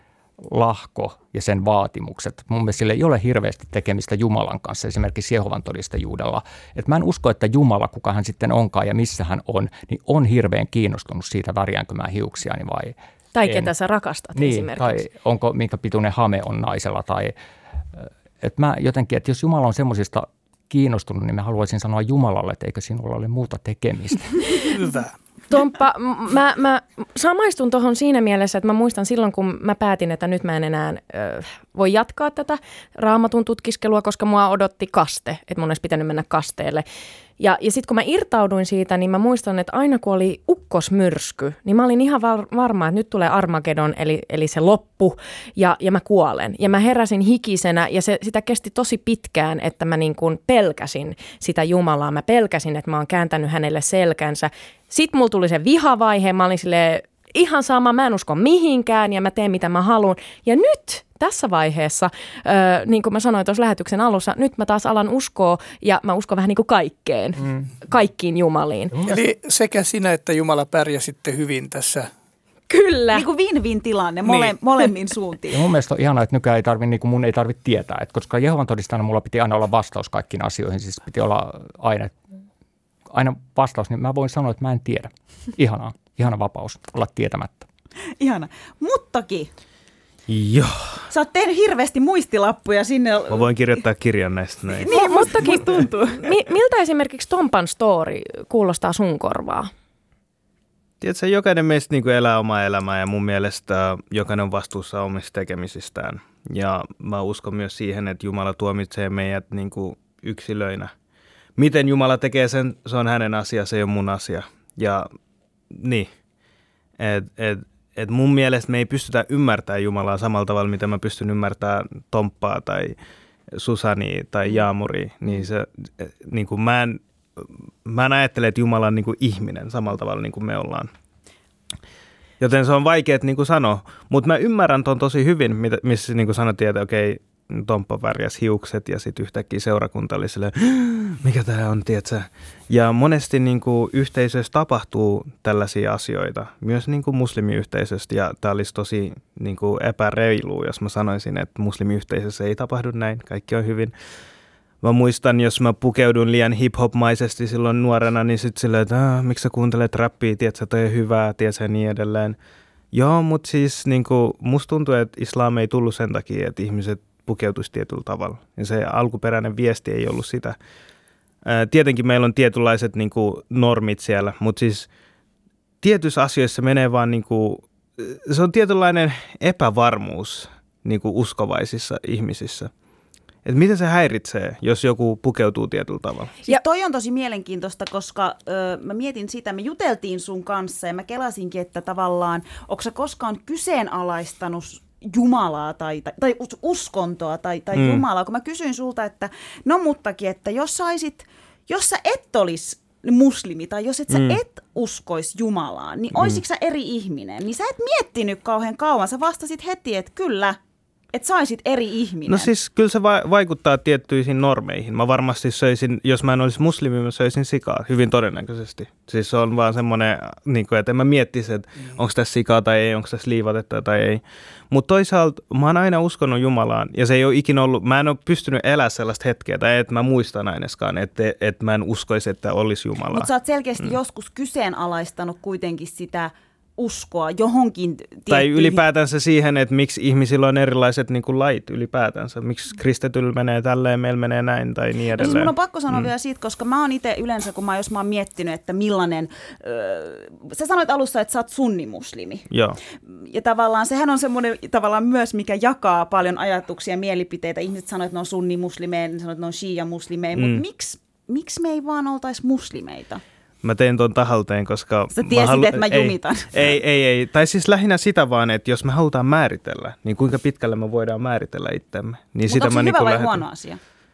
lahko ja sen vaatimukset. Mun mielestä sillä ei ole hirveästi tekemistä Jumalan kanssa, esimerkiksi Jehovan todistajuudella. Että mä en usko, että Jumala, kuka hän sitten onkaan ja missä hän on, niin on hirveän kiinnostunut siitä, värjäänkö mä hiuksiani vai tai en. Ketä sä rakastat niin, esimerkiksi. Tai onko minkä pituinen hame on naisella. Tai, että mä jotenkin, että jos Jumala on semmoisista kiinnostunut, niin mä haluaisin sanoa Jumalalle, että eikö sinulla ole muuta tekemistä. Hyvä. Tomppa, mä samaistun tuohon siinä mielessä, että mä muistan silloin, kun mä päätin, että nyt mä en enää voi jatkaa tätä Raamatun tutkiskelua, koska mua odotti kaste, että mun olisi pitänyt mennä kasteelle. Ja sitten kun mä irtauduin siitä, niin mä muistan, että aina kun oli ukkosmyrsky, niin mä olin ihan varma, että nyt tulee Armageddon, eli se loppu, ja mä kuolen. Ja mä heräsin hikisenä, ja sitä kesti tosi pitkään, että mä niin kuin pelkäsin sitä Jumalaa. Mä pelkäsin, että mä oon kääntänyt hänelle selkänsä. Sitten mulla tuli se vihavaihe, mä olin silleen, ihan sama, mä en usko mihinkään, ja mä teen mitä mä haluan. Ja nyt tässä vaiheessa, niin kuin mä sanoin tuossa lähetyksen alussa, nyt mä taas alan uskoa ja mä uskon vähän niin kuin kaikkeen, kaikkiin jumaliin. Eli sekä sinä että Jumala pärjäsitte hyvin tässä. Kyllä. Niin kuin win-win tilanne molemmin suuntiin. Ja mun mielestä on ihanaa, että nykyään ei tarvitse, niin kuin mun ei tarvitse tietää, että koska Jehovan todistajana mulla piti aina olla vastaus kaikkiin asioihin, siis piti olla aina vastaus, niin mä voin sanoa, että mä en tiedä. Ihana vapaus olla tietämättä. Ihana. Muttakin. Joo. Sä oot tehnyt hirveästi muistilappuja sinne. Mä voin kirjoittaa kirjan näistä näin. Niin, mustakin tuntuu. Miltä esimerkiksi Tompan story kuulostaa sun korvaa? Tiedätkö, jokainen meistä niin kuin elää omaa elämää ja mun mielestä jokainen on vastuussa omista tekemisistään. Ja mä uskon myös siihen, että Jumala tuomitsee meidät niin kuin yksilöinä. Miten Jumala tekee sen, se on hänen asia, se ei ole mun asia. Ja niin, et mun mielestä me ei pystytä ymmärtämään Jumalaa samalla tavalla, mitä mä pystyn ymmärtämään Tomppaa tai Susania tai Jaamuria. Niin se, niin kuin mä en ajattele, että Jumala on niin kuin ihminen samalla tavalla niin kuin me ollaan. Joten se on vaikea niin kuin sanoa, mutta mä ymmärrän ton tosi hyvin, missä niin kuin sanottiin, että okei, Tomppa värjäs hiukset ja sitten yhtäkkiä seurakunta oli silleen, mikä tämä on, tiedätkö? Ja monesti niin kuin yhteisössä tapahtuu tällaisia asioita, myös niin kuin muslimiyhteisöstä, ja tämä olisi tosi niin kuin epäreilua, jos mä sanoisin, että muslimiyhteisössä ei tapahdu näin, kaikki on hyvin. Mä muistan, jos mä pukeudun liian hip-hop-maisesti silloin nuorena, niin sitten silleen, että miksi sä kuuntelet rappia, tiedätkö, toi on hyvää, tiedätkö, niin edelleen. Joo, mutta siis niin kuin, musta tuntuu, että islam ei tullut sen takia, että ihmiset pukeutuisi tietyllä tavalla. Ja se alkuperäinen viesti ei ollut sitä. Tietenkin meillä on tietynlaiset niin kuin, normit siellä, mutta siis tietyissä asioissa menee vaan, niin kuin, se on tietynlainen epävarmuus niin kuin uskovaisissa ihmisissä. Että miten se häiritsee, jos joku pukeutuu tietyllä tavalla? Siis toi on tosi mielenkiintoista, koska mä mietin sitä, me juteltiin sun kanssa ja mä kelasinkin, että tavallaan, onko sä koskaan kyseenalaistanut Jumalaa tai uskontoa tai Jumalaa, kun mä kysyin sulta, että no muttakin, että jos sä et olisi muslimi tai jos et sä et uskoisi Jumalaan, niin oisitko sä eri ihminen? Niin sä et miettinyt kauhean kauan, sä vastasit heti, että kyllä. Että saisit eri ihminen. No siis kyllä se vaikuttaa tiettyihin normeihin. Mä varmasti söisin, jos mä en olisi muslimi, mä söisin sikaa, hyvin todennäköisesti. Siis se on vaan semmoinen, että en mä miettisi, että onko tässä sikaa tai ei, onko tässä liivatetta tai ei. Mutta toisaalta mä oon aina uskonut Jumalaan ja se ei ole ikinä ollut, mä en ole pystynyt elämään sellaista hetkeä tai että mä muistan aineskaan, että mä en uskoisi, että olisi Jumalaa. Mutta sä oot selkeästi joskus kyseenalaistanut kuitenkin sitä uskoa johonkin tiettyihin. Tai ylipäätänsä siihen, että miksi ihmisillä on erilaiset niin kuin lait ylipäätänsä. Miksi kristetyllä menee tälleen, meillä menee näin tai niin edelleen. Mun on pakko sanoa vielä siitä, koska mä oon itse yleensä, jos mä oon miettinyt, että millainen, sä sanoit alussa, että sä oot sunnimuslimi. Joo. Ja tavallaan sehän on semmoinen tavallaan myös, mikä jakaa paljon ajatuksia ja mielipiteitä. Ihmiset sanoo, että ne on sunnimuslimeja, ne sanoo, että ne on shia-muslimeja, mutta miksi me ei vaan oltaisi muslimeita? Mä tein ton tahalteen, koska... Sä tiesit, että mä jumitan. Ei. Tai siis lähinnä sitä vaan, että jos me halutaan määritellä, niin kuinka pitkälle me voidaan määritellä itsemme. Niin mutta onko se hyvä vai huono asia?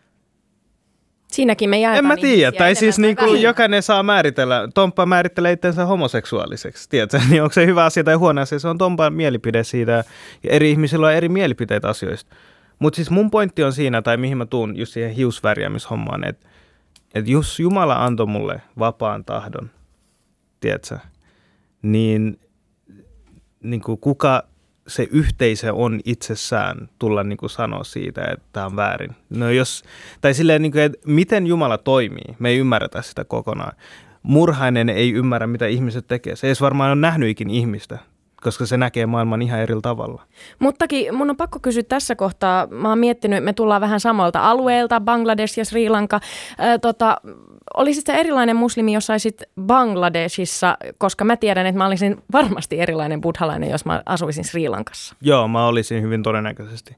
Siinäkin me jaetaan. En mä tiedä. Tai siis niin kuin jokainen saa määritellä. Tomppa määrittelee itsensä homoseksuaaliseksi. Tiedätkö? Niin onko se hyvä asia tai huono asia? Se on Tompan mielipide siitä. Ja eri ihmisillä on eri mielipiteitä asioista. Mutta siis mun pointti on siinä, tai mihin mä tuun just siihen hiusvärjäämishommaan, että jos Jumala antoi mulle vapaan tahdon, tiedätkö, niin kuin kuka se yhteisö on itsessään tulla niin kuin sanoa siitä, että tämä on väärin. No tai silleen, niin kuin, että miten Jumala toimii, me ei ymmärretä sitä kokonaan. Murhainen ei ymmärrä, mitä ihmiset tekee. Se ei varmaan ole nähnytkin ihmistä, koska se näkee maailman ihan eri tavalla. Muttakin mun on pakko kysyä tässä kohtaa. Mä oon miettinyt, me tullaan vähän samalta alueelta, Bangladesh ja Sri Lanka. Olisit sä erilainen muslimi, jos saisit Bangladeshissa, koska mä tiedän, että mä olisin varmasti erilainen buddhalainen, jos mä asuisin Sri Lankassa. Joo, mä olisin hyvin todennäköisesti.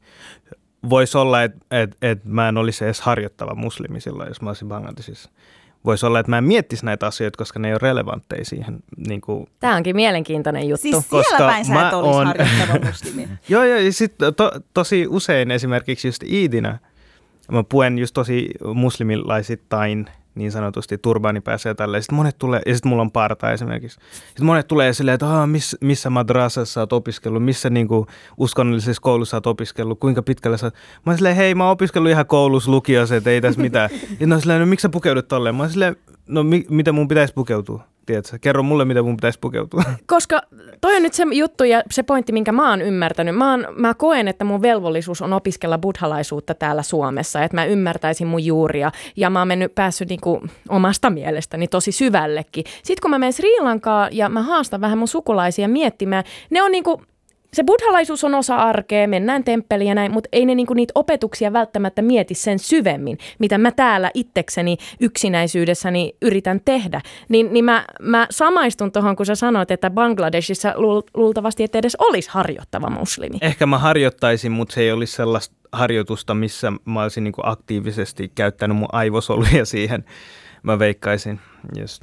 Voisi olla, että mä en olisi edes harjoittava muslimi silloin, jos mä olisin Bangladeshissa. Voisi olla, että mä en miettisi näitä asioita, koska ne ei ole relevantteja siihen. Niin kuin... Tämä onkin mielenkiintoinen juttu. Siis siellä päin sä et olisi harjoittava muslimi. Joo, ja sitten tosi usein esimerkiksi just iidinä, mä puen just tosi muslimilaisittain niin sanotusti turbaani pääsee tälleen. Sitten monet tulee, ja sitten mulla on parta esimerkiksi. Sitten monet tulee silleen, että missä madrasassa oot opiskellut, missä niinku uskonnollisessa koulussa oot opiskellut, kuinka pitkälle sä oot. Mä oon silleen, hei, mä oon opiskellut ihan koulussa, lukiossa, että ei tässä mitään. Ja no silleen, no miksi sä pukeudut tolleen? Mä oon silleen, no mitä mun pitäisi pukeutua? Tiedätkö? Kerro mulle, mitä mun pitäisi pukeutua. Koska toi on nyt se juttu ja se pointti, minkä mä oon ymmärtänyt. Mä koen, että mun velvollisuus on opiskella buddhalaisuutta täällä Suomessa, että mä ymmärtäisin mun juuria ja mä oon päässyt niinku omasta mielestäni tosi syvällekin. Sitten kun mä menen Sri Lankaan ja mä haastan vähän mun sukulaisia miettimään, ne on niinku... Se buddhalaisuus on osa arkea, mennään temppeliin ja näin, mutta ei ne niinku niitä opetuksia välttämättä mieti sen syvemmin, mitä mä täällä itsekseni yksinäisyydessäni yritän tehdä. Niin mä samaistun tuohon, kun sä sanoit, että Bangladeshissa luultavasti et edes olisi harjoittava muslimi. Ehkä mä harjoittaisin, mutta se ei olisi sellaista harjoitusta, missä mä olisin niinku aktiivisesti käyttänyt mun aivosoluja siihen. Mä veikkaisin, just.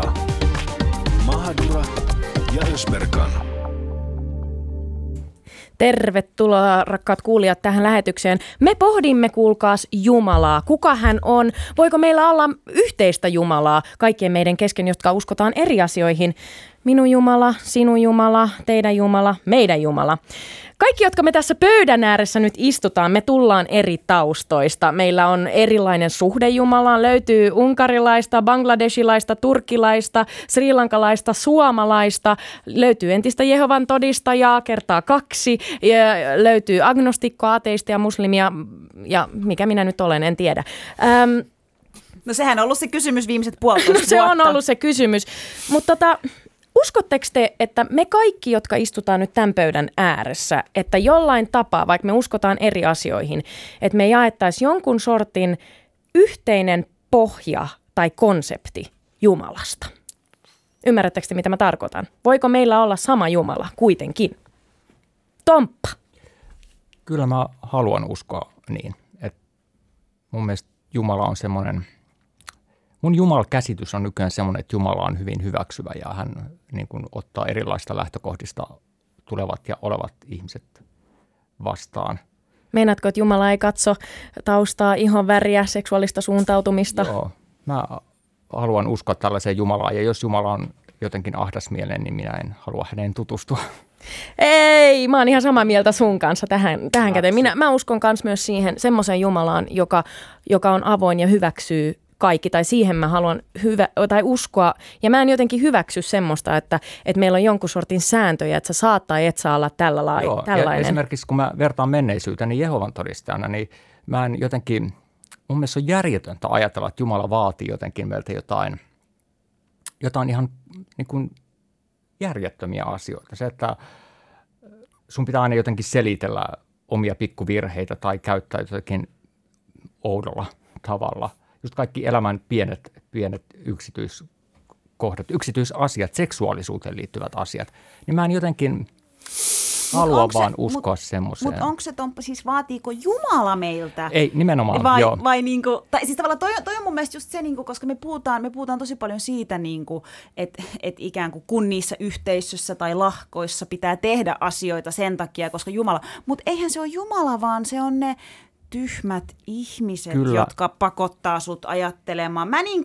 Mahadura ja Ösberkan. Tervetuloa rakkaat kuulijat tähän lähetykseen. Me pohdimme kuulkaas Jumalaa. Kuka hän on? Voiko meillä olla yhteistä Jumalaa kaikkien meidän kesken, jotka uskotaan eri asioihin? Minun Jumala, sinun Jumala, teidän Jumala, meidän Jumala. Kaikki, jotka me tässä pöydän ääressä nyt istutaan, me tullaan eri taustoista. Meillä on erilainen suhde Jumalaan. Löytyy unkarilaista, bangladeshilaista, turkkilaista, srilankalaista, suomalaista. Löytyy entistä Jehovan todistajaa kertaa 2. Löytyy agnostikkoa, ateistia, muslimia ja mikä minä nyt olen, en tiedä. No sehän on ollut se kysymys viimeiset 1,5 vuotta. Se on ollut se kysymys, mutta uskotteko te, että me kaikki, jotka istutaan nyt tämän pöydän ääressä, että jollain tapaa, vaikka me uskotaan eri asioihin, että me jaettaisiin jonkun sortin yhteinen pohja tai konsepti Jumalasta? Ymmärrättekö te, mitä mä tarkoitan? Voiko meillä olla sama Jumala kuitenkin? Tomppa. Kyllä mä haluan uskoa niin. Että mun mielestä Jumala on semmoinen, mun Jumala-käsitys on nykyään semmoinen, että Jumala on hyvin hyväksyvä ja hän niin kuin ottaa erilaista lähtökohdista tulevat ja olevat ihmiset vastaan. Meinaatko, että Jumala ei katso taustaa, ihon väriä, seksuaalista suuntautumista? Joo, mä haluan uskoa tällaiseen Jumalaan ja jos Jumala on jotenkin ahdasmielinen, niin minä en halua häneen tutustua. Ei, mä oon ihan samaa mieltä sun kanssa tähän käteen. Mä uskon myös siihen semmoiseen Jumalaan, joka on avoin ja hyväksyy kaikki, tai siihen mä haluan uskoa, ja mä en jotenkin hyväksy semmoista, että meillä on jonkun sortin sääntöjä, että sä saat tai et saa olla tällainen. Ja esimerkiksi kun mä vertaan menneisyyteen niin Jehovan todistajana, niin mä en jotenkin, mun mielestä on järjetöntä ajatella, että Jumala vaatii jotenkin meiltä jotain ihan niin kuin järjettömiä asioita. Se, että sun pitää aina jotenkin selitellä omia pikkuvirheitä tai käyttää jotenkin oudolla tavalla. Just kaikki elämän pienet yksityiskohdat, yksityisasiat, seksuaalisuuteen liittyvät asiat, niin mä en jotenkin halua vaan uskoa semmoiseen. Mutta onko se, Tomppa, siis vaatiiko Jumala meiltä? Ei, nimenomaan, joo. Vai niinku, tai siis tavallaan toi on mun mielestä just se, niinku, koska me puhutaan tosi paljon siitä, niinku, että ikään kuin kun niissä yhteisössä tai lahkoissa pitää tehdä asioita sen takia, koska Jumala, mutta eihän se ole Jumala, vaan se on ne tyhmät ihmiset, kyllä, jotka pakottaa sut ajattelemaan.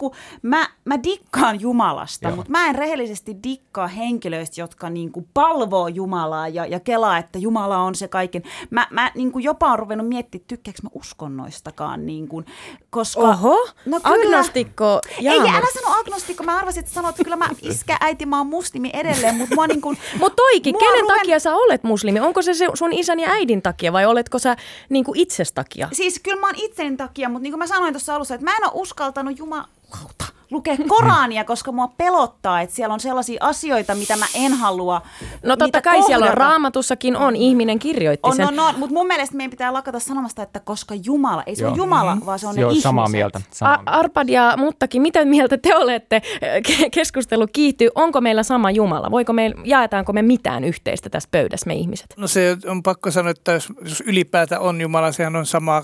Mä dikkaan Jumalasta, mutta mä en rehellisesti dikkaa henkilöistä, jotka niinku palvoo Jumalaa ja kelaa, että Jumala on se kaiken. Mä niinku jopa on ruvennut miettimään, tykkääkö mä uskonnoistakaan. Niinku, koska, oho, no agnostikko. Ei, älä sano agnostikko. Mä arvasin, että sanoit, että kyllä mä äiti, mä oon muslimi edelleen. Mutta niinku, toikin, kenen takia sä olet muslimi? Onko se sun isän ja äidin takia vai oletko sä niinku itsestä takia? Siis kyllä mä oon itseni takia, mutta niin kuin mä sanoin tuossa alussa, että mä en ole uskaltanut jumalauta lukea Korania, koska mua pelottaa, että siellä on sellaisia asioita, mitä mä en halua. No totta kai kohdata. Siellä on Raamatussakin on, ihminen kirjoitti sen. Mutta mun mielestä meidän pitää lakata sanomasta, että koska Jumala, ei se ole Jumala, vaan se on ne ihmiset. Samaa mieltä. Arpad ja Muttakin, mitä mieltä te olette? Keskustelu kiihtyy. Onko meillä sama Jumala? Jaetaanko me mitään yhteistä tässä pöydässä, me ihmiset? No se on pakko sanoa, että jos ylipäätään on Jumala, sehän on sama.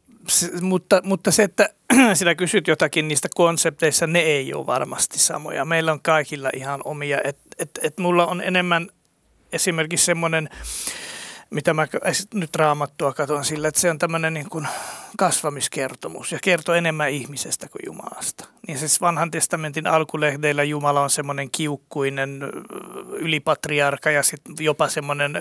Mutta se, että sinä kysyt jotakin niistä konsepteissa, ne ei ole varmasti samoja. Meillä on kaikilla ihan omia. Et mulla on enemmän esimerkiksi semmoinen, mitä mä nyt Raamattua katson sillä, että se on tämmöinen niin kuin kasvamiskertomus ja kertoo enemmän ihmisestä kuin Jumalasta. Niin siis vanhan testamentin alkulehdeillä Jumala on semmoinen kiukkuinen ylipatriarka ja sitten jopa semmoinen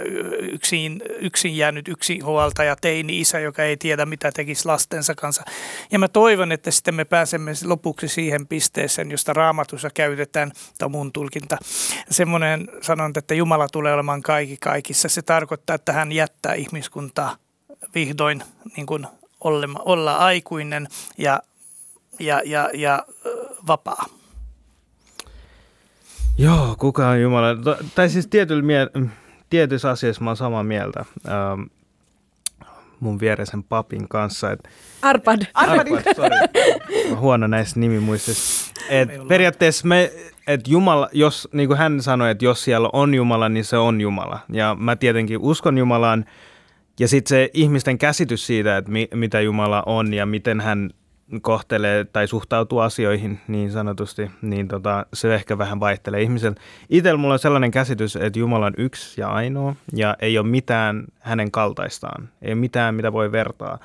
yksin jäänyt yksinhuoltaja teini-isä, joka ei tiedä mitä tekisi lastensa kanssa. Ja mä toivon, että sitten me pääsemme lopuksi siihen pisteeseen, josta Raamatussa käytetään, tämä on mun tulkinta, semmoinen sanonta, että Jumala tulee olemaan kaikissa. Se tarkoittaa, että hän jättää ihmiskuntaa vihdoin niin kuin olla aikuinen ja vapaa. Joo, kuka on Jumala? Tai siis tietyissä asioissa mä oon samaa mieltä mun viereisen papin kanssa. Arpad, sorry. Huono näissä nimimuistissa. Periaatteessa että Jumala, jos niin kuin hän sanoi, että jos siellä on Jumala, niin se on Jumala. Ja mä tietenkin uskon Jumalaan. Ja sitten se ihmisten käsitys siitä, että mitä Jumala on ja miten hän kohtelee tai suhtautuu asioihin niin sanotusti, niin se ehkä vähän vaihtelee ihmisen. Itsellä mulla on sellainen käsitys, että Jumala on yksi ja ainoa ja ei ole mitään hänen kaltaistaan. Ei ole mitään, mitä voi vertaa.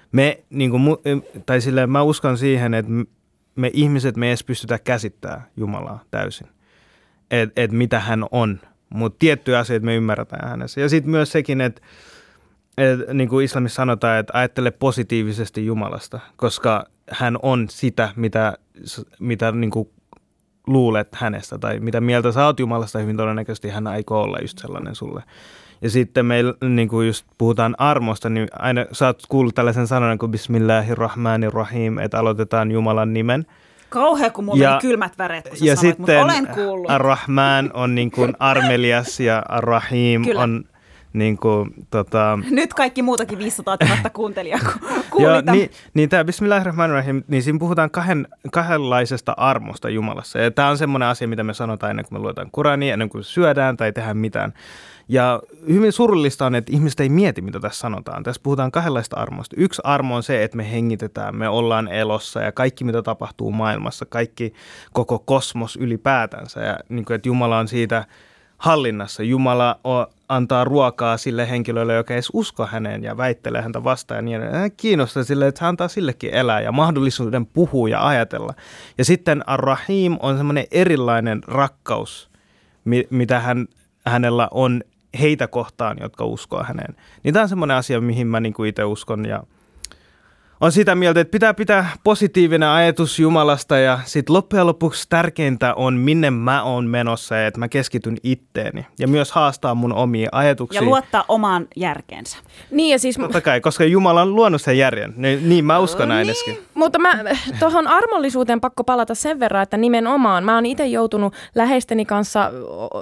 Mä uskon siihen, että me ihmiset me ei edes pystytä käsittämään Jumalaa täysin. Että mitä hän on, mutta tiettyjä asioita me ymmärretään hänessä. Ja sitten myös sekin, että niin kuin islamissa sanotaan, että ajattele positiivisesti Jumalasta, koska hän on sitä, mitä niin kuin luulet hänestä tai mitä mieltä sä oot Jumalasta, hyvin todennäköisesti hän aikoo olla just sellainen sulle. Ja sitten meillä, niin kuin just puhutaan armosta, niin aina sä oot kuullut tällaisen sanan kuin Bismillahirrahmanirrahim, että aloitetaan Jumalan nimen. Kauhea, kun mulla oli kylmät väreet, kun sä sanoit, mutta olen kuullut. Ar-Rahman on niin kuin armelias ja Ar-Rahim on niin kuin, Nyt kaikki muutakin 500 000 kuuntelijaa kuulivat. Niin tämä Bismillahirrahmanirrahim, niin siinä puhutaan kahdenlaisesta armosta Jumalassa. Ja tämä on semmoinen asia, mitä me sanotaan ennen kuin me luetaan Kurania, ennen kuin syödään tai tehdään mitään. Ja hyvin surullista on, että ihmiset ei mieti, mitä tässä sanotaan. Tässä puhutaan kahdenlaista armosta. Yksi armo on se, että me hengitetään, me ollaan elossa ja kaikki, mitä tapahtuu maailmassa, koko kosmos ylipäätänsä. Ja niin kuin, että Jumala on siitä hallinnassa. Jumala antaa ruokaa sille henkilölle, joka ei edes usko häneen ja väittelee häntä vastaan ja niin edelleen. Hän kiinnostaa sille, että hän antaa sillekin elää ja mahdollisuuden puhua ja ajatella. Ja sitten Ar-Rahim on semmoinen erilainen rakkaus, mitä hänellä on heitä kohtaan, jotka uskoo häneen. Niin tämä on semmoinen asia, mihin mä niin kuin itse uskon ja on sitä mieltä, että pitää positiivinen ajatus Jumalasta ja sitten loppujen lopuksi tärkeintä on, minne mä oon menossa ja että mä keskityn itteeni ja myös haastaa mun omia ajatuksia. Ja luottaa omaan järkeensä. Niin ja siis totta kai, koska Jumala on luonut sen järjen. Niin mä uskon ainakin. Mutta mä tuohon armollisuuteen pakko palata sen verran, että nimenomaan mä oon itse joutunut läheisteni kanssa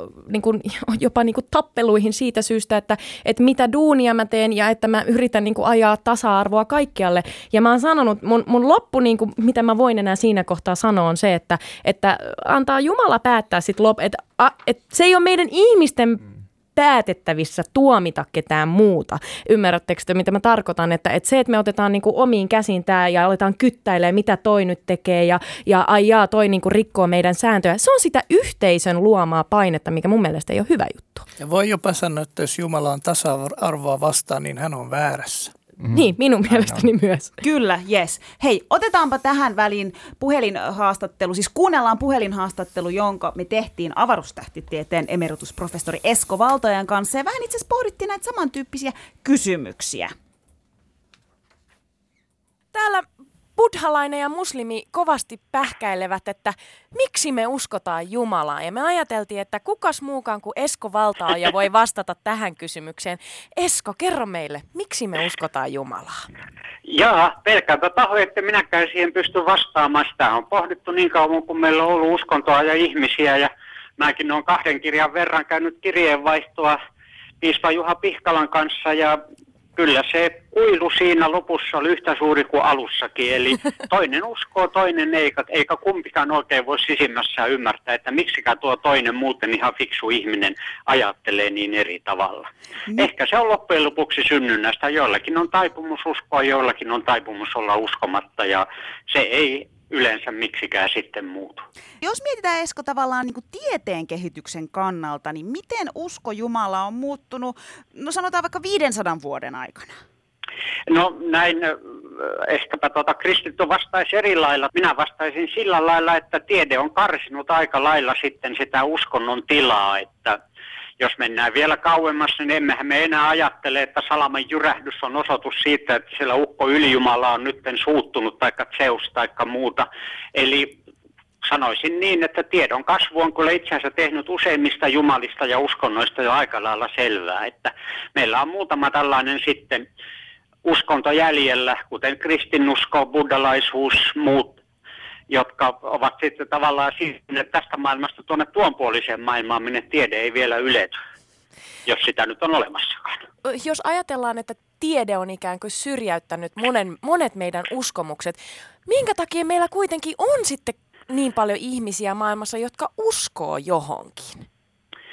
jopa tappeluihin siitä syystä, että mitä duunia mä teen ja että mä yritän ajaa tasa-arvoa kaikkialle. Ja mä oon sanonut, mun loppu, mitä mä voin enää siinä kohtaa sanoa, on se, että antaa Jumala päättää sit että se ei ole meidän ihmisten päätettävissä tuomita ketään muuta. Ymmärrättekö te, mitä mä tarkoitan? Että se, että me otetaan omiin käsiin tää ja aletaan kyttäilemään, mitä toi nyt tekee ja toi rikkoo meidän sääntöjä. Se on sitä yhteisön luomaa painetta, mikä mun mielestä ei ole hyvä juttu. Ja voi jopa sanoa, että jos Jumala on tasa-arvoa vastaan, niin hän on väärässä. Niin, minun mielestäni myös. Kyllä, yes. Hei, otetaanpa tähän väliin puhelinhaastattelu, siis kuunnellaan puhelinhaastattelu, jonka me tehtiin avaruustähtitieteen emeritusprofessori Esko Valtojan kanssa ja vähän itse asiassa pohdittiin näitä samantyyppisiä kysymyksiä. Täällä buddhalainen ja muslimi kovasti pähkäilevät, että miksi me uskotaan Jumalaa. Ja me ajateltiin, että kukas muukaan kuin Esko Valtaaja voi vastata tähän kysymykseen. Esko, kerro meille, miksi me uskotaan Jumalaa? Jaa, pelkäänpä pahoin, että minäkään siihen pysty vastaamaan. Sitä on pohdittu niin kauan, kun meillä on ollut uskontoa ja ihmisiä. Ja mäkin olen 2 kirjan verran käynyt kirjeenvaihtoa piispa Juha Pihkalan kanssa ja kyllä se kuilu siinä lopussa oli yhtä suuri kuin alussakin, eli toinen uskoo, toinen ei, eikä kumpikaan oikein voi sisimmässään ymmärtää, että miksikään tuo toinen muuten ihan fiksu ihminen ajattelee niin eri tavalla. Ehkä se on loppujen lopuksi synnynnästä, joillakin on taipumus uskoa, joillakin on taipumus olla uskomatta ja se ei yleensä miksikään sitten muutu. Jos mietitään, Esko, tavallaan niin kuin tieteen kehityksen kannalta, niin miten usko Jumalaa on muuttunut, no sanotaan vaikka 500 vuoden aikana? No näin, ehkäpä kristitty vastaisi eri lailla. Minä vastaisin sillä lailla, että tiede on karsinut aika lailla sitten sitä uskonnon tilaa, että jos mennään vielä kauemmassa, niin emmehän me enää ajattele, että salaman jyrähdys on osoitus siitä, että siellä ukko ylijumala on nyt suuttunut, taikka Zeus, taikka muuta. Eli sanoisin niin, että tiedon kasvu on kyllä itse asiassa tehnyt useimmista jumalista ja uskonnoista jo aika lailla selvää, että meillä on muutama tällainen sitten uskonto jäljellä, kuten kristinusko, buddhalaisuus, muut, jotka ovat sitten tavallaan siirtyneet tästä maailmasta tuonne tuonpuoliseen maailmaan, minne tiede ei vielä ylety, jos sitä nyt on olemassakaan. Jos ajatellaan, että tiede on ikään kuin syrjäyttänyt monet meidän uskomukset, minkä takia meillä kuitenkin on sitten niin paljon ihmisiä maailmassa, jotka uskoo johonkin?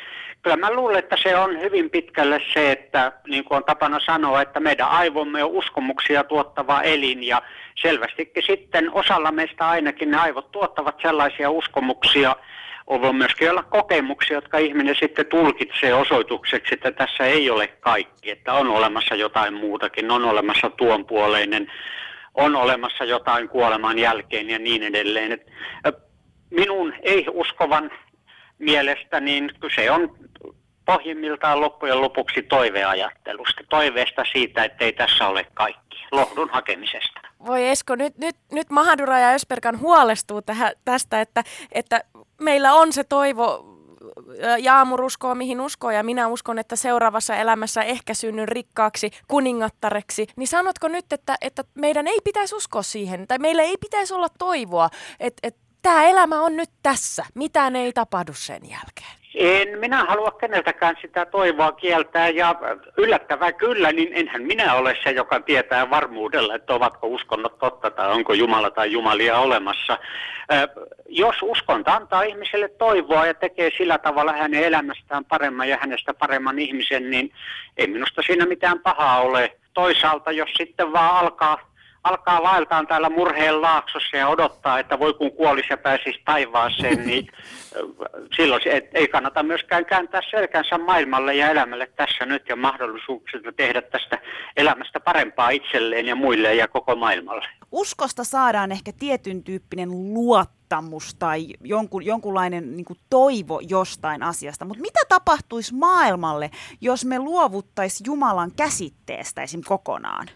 Kyllä mä luulen, että se on hyvin pitkälle se, että niin kuin on tapana sanoa, että meidän aivomme on uskomuksia tuottava elin ja selvästikin sitten osalla meistä ainakin ne aivot tuottavat sellaisia uskomuksia, on myöskin olla kokemuksia, jotka ihminen sitten tulkitsee osoitukseksi, että tässä ei ole kaikki, että on olemassa jotain muutakin, on olemassa tuonpuoleinen, on olemassa jotain kuoleman jälkeen ja niin edelleen. Et minun ei-uskovan mielestä niin kyse on pohjimmiltaan loppujen lopuksi toiveajattelusta, toiveesta siitä, että ei tässä ole kaikki, lohdun hakemisesta. Voi Esko, nyt Mahadura ja Ösberkan huolestuu tästä, että meillä on se toivo, Jaamur uskoo mihin uskoo ja minä uskon, että seuraavassa elämässä ehkä synnyn rikkaaksi kuningattareksi. Niin sanotko nyt, että meidän ei pitäisi uskoa siihen, tai meillä ei pitäisi olla toivoa, että tämä elämä on nyt tässä, mitään ei tapahdu sen jälkeen? En minä halua keneltäkään sitä toivoa kieltää ja yllättävää kyllä, niin enhän minä ole se, joka tietää varmuudella, että ovatko uskonnot totta tai onko Jumala tai Jumalia olemassa. Jos uskonto antaa ihmiselle toivoa ja tekee sillä tavalla hänen elämästään paremman ja hänestä paremman ihmisen, niin ei minusta siinä mitään pahaa ole. Toisaalta jos sitten vaan alkaa vaeltaan täällä murheen laaksossa ja odottaa, että voi kun kuolisi ja pääsisi taivaaseen, niin silloin ei kannata myöskään kääntää selkänsä maailmalle ja elämälle tässä nyt ja mahdollisuuksilta tehdä tästä elämästä parempaa itselleen ja muille ja koko maailmalle. Uskosta saadaan ehkä tietyn tyyppinen luottamus tai jonkunlainen niin kuin toivo jostain asiasta, mutta mitä tapahtuisi maailmalle, jos me luovuttaisiin Jumalan käsitteestä esim. Kokonaan?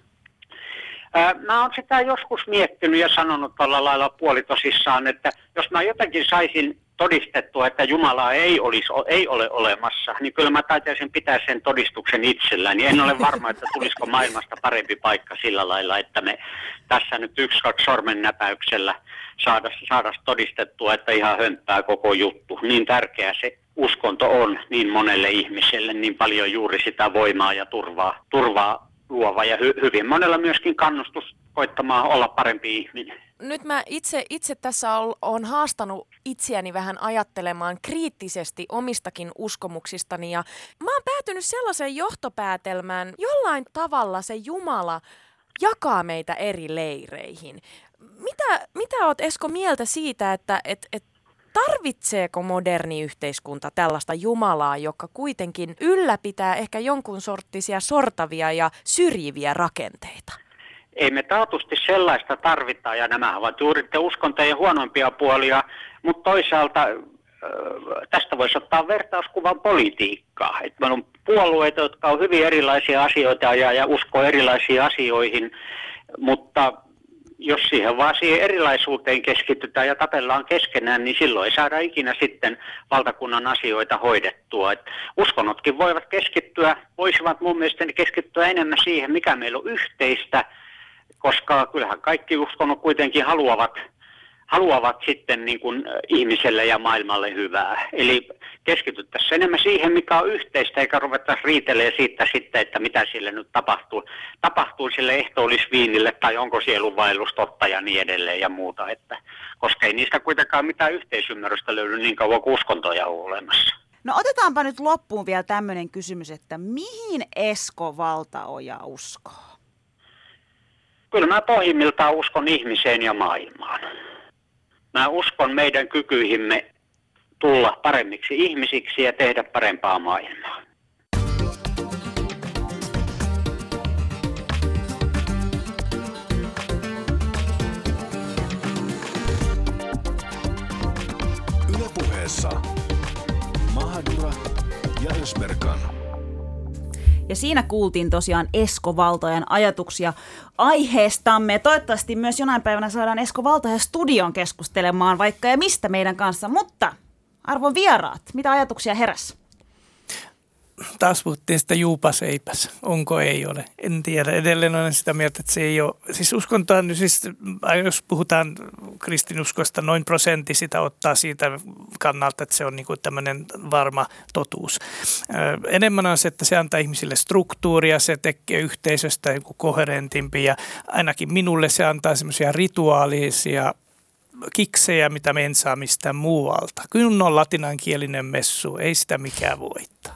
Mä oon sitä joskus miettinyt ja sanonut tällä lailla puolitosissaan, että jos mä jotenkin saisin todistettua, että Jumalaa ei ole olemassa, niin kyllä mä taitaisin pitää sen todistuksen itselläni. En ole varma, että tulisiko maailmasta parempi paikka sillä lailla, että me tässä nyt 1-2 sormen näpäyksellä saada todistettua, että ihan hömppää koko juttu. Niin tärkeä se uskonto on niin monelle ihmiselle, niin paljon juuri sitä voimaa ja turvaa luova ja hyvin monella myöskin kannustus koittamaan olla parempi ihminen. Nyt mä itse tässä olen haastanut itseäni vähän ajattelemaan kriittisesti omistakin uskomuksistani ja mä oon päätynyt sellaiseen johtopäätelmään, jollain tavalla se Jumala jakaa meitä eri leireihin. Mitä oot Esko mieltä siitä, että tarvitseeko moderni yhteiskunta tällaista Jumalaa, joka kuitenkin ylläpitää ehkä jonkun sorttisia sortavia ja syrjiviä rakenteita? Ei me taatusti sellaista tarvita, ja nämä ovat juuri uskontojen huonompia puolia, mutta toisaalta tästä voisi ottaa vertauskuvan politiikkaa. Että meillä on puolueita, jotka on hyvin erilaisia asioita ja uskoo erilaisiin asioihin, mutta jos siihen erilaisuuteen keskitytään ja tapellaan keskenään, niin silloin ei saada ikinä sitten valtakunnan asioita hoidettua. Et uskonnotkin voisivat mun mielestä keskittyä enemmän siihen, mikä meillä on yhteistä, koska kyllähän kaikki uskonnot kuitenkin haluavat sitten niin kuin ihmiselle ja maailmalle hyvää. Eli keskityttäisiin enemmän siihen, mikä on yhteistä, eikä ruvettaisiin riitelemään siitä sitten, että mitä sille nyt tapahtuu sille ehtoollisviinille tai onko sielunvaellus totta ja niin edelleen ja muuta. Koska ei niistä kuitenkaan mitään yhteisymmärrystä löydy niin kauan kuin uskontoja on olemassa. No otetaanpa nyt loppuun vielä tämmöinen kysymys, että mihin Esko Valtaoja uskoo? Kyllä mä pohjimmiltaan uskon ihmiseen ja maailmaan. Mä uskon meidän kykyihimme tulla paremmiksi ihmisiksi ja tehdä parempaa maailmaa. Yle Puheessa Mahadura ja Ösberkan. Ja siinä kuultiin tosiaan Esko Valtaojan ajatuksia aiheestamme. Toivottavasti myös jonain päivänä saadaan Esko Valtaoja studion keskustelemaan vaikka ja mistä meidän kanssa. Mutta arvon vieraat, mitä ajatuksia heräsi? Taas puhuttiin sitä juupas eipäs. Onko ei ole? En tiedä. Edelleen olen sitä mieltä, että se ei ole. Siis uskontoa, siis jos puhutaan kristinuskosta, noin prosentti sitä ottaa siitä kannalta, että se on niinku tämmöinen varma totuus. Enemmän on se, että se antaa ihmisille struktuuria, se tekee yhteisöstä joku koherentimpi ja ainakin minulle se antaa semmoisia rituaalisia kiksejä, mitä me en saa mistään muualta. Kun on latinankielinen messu, ei sitä mikään voita.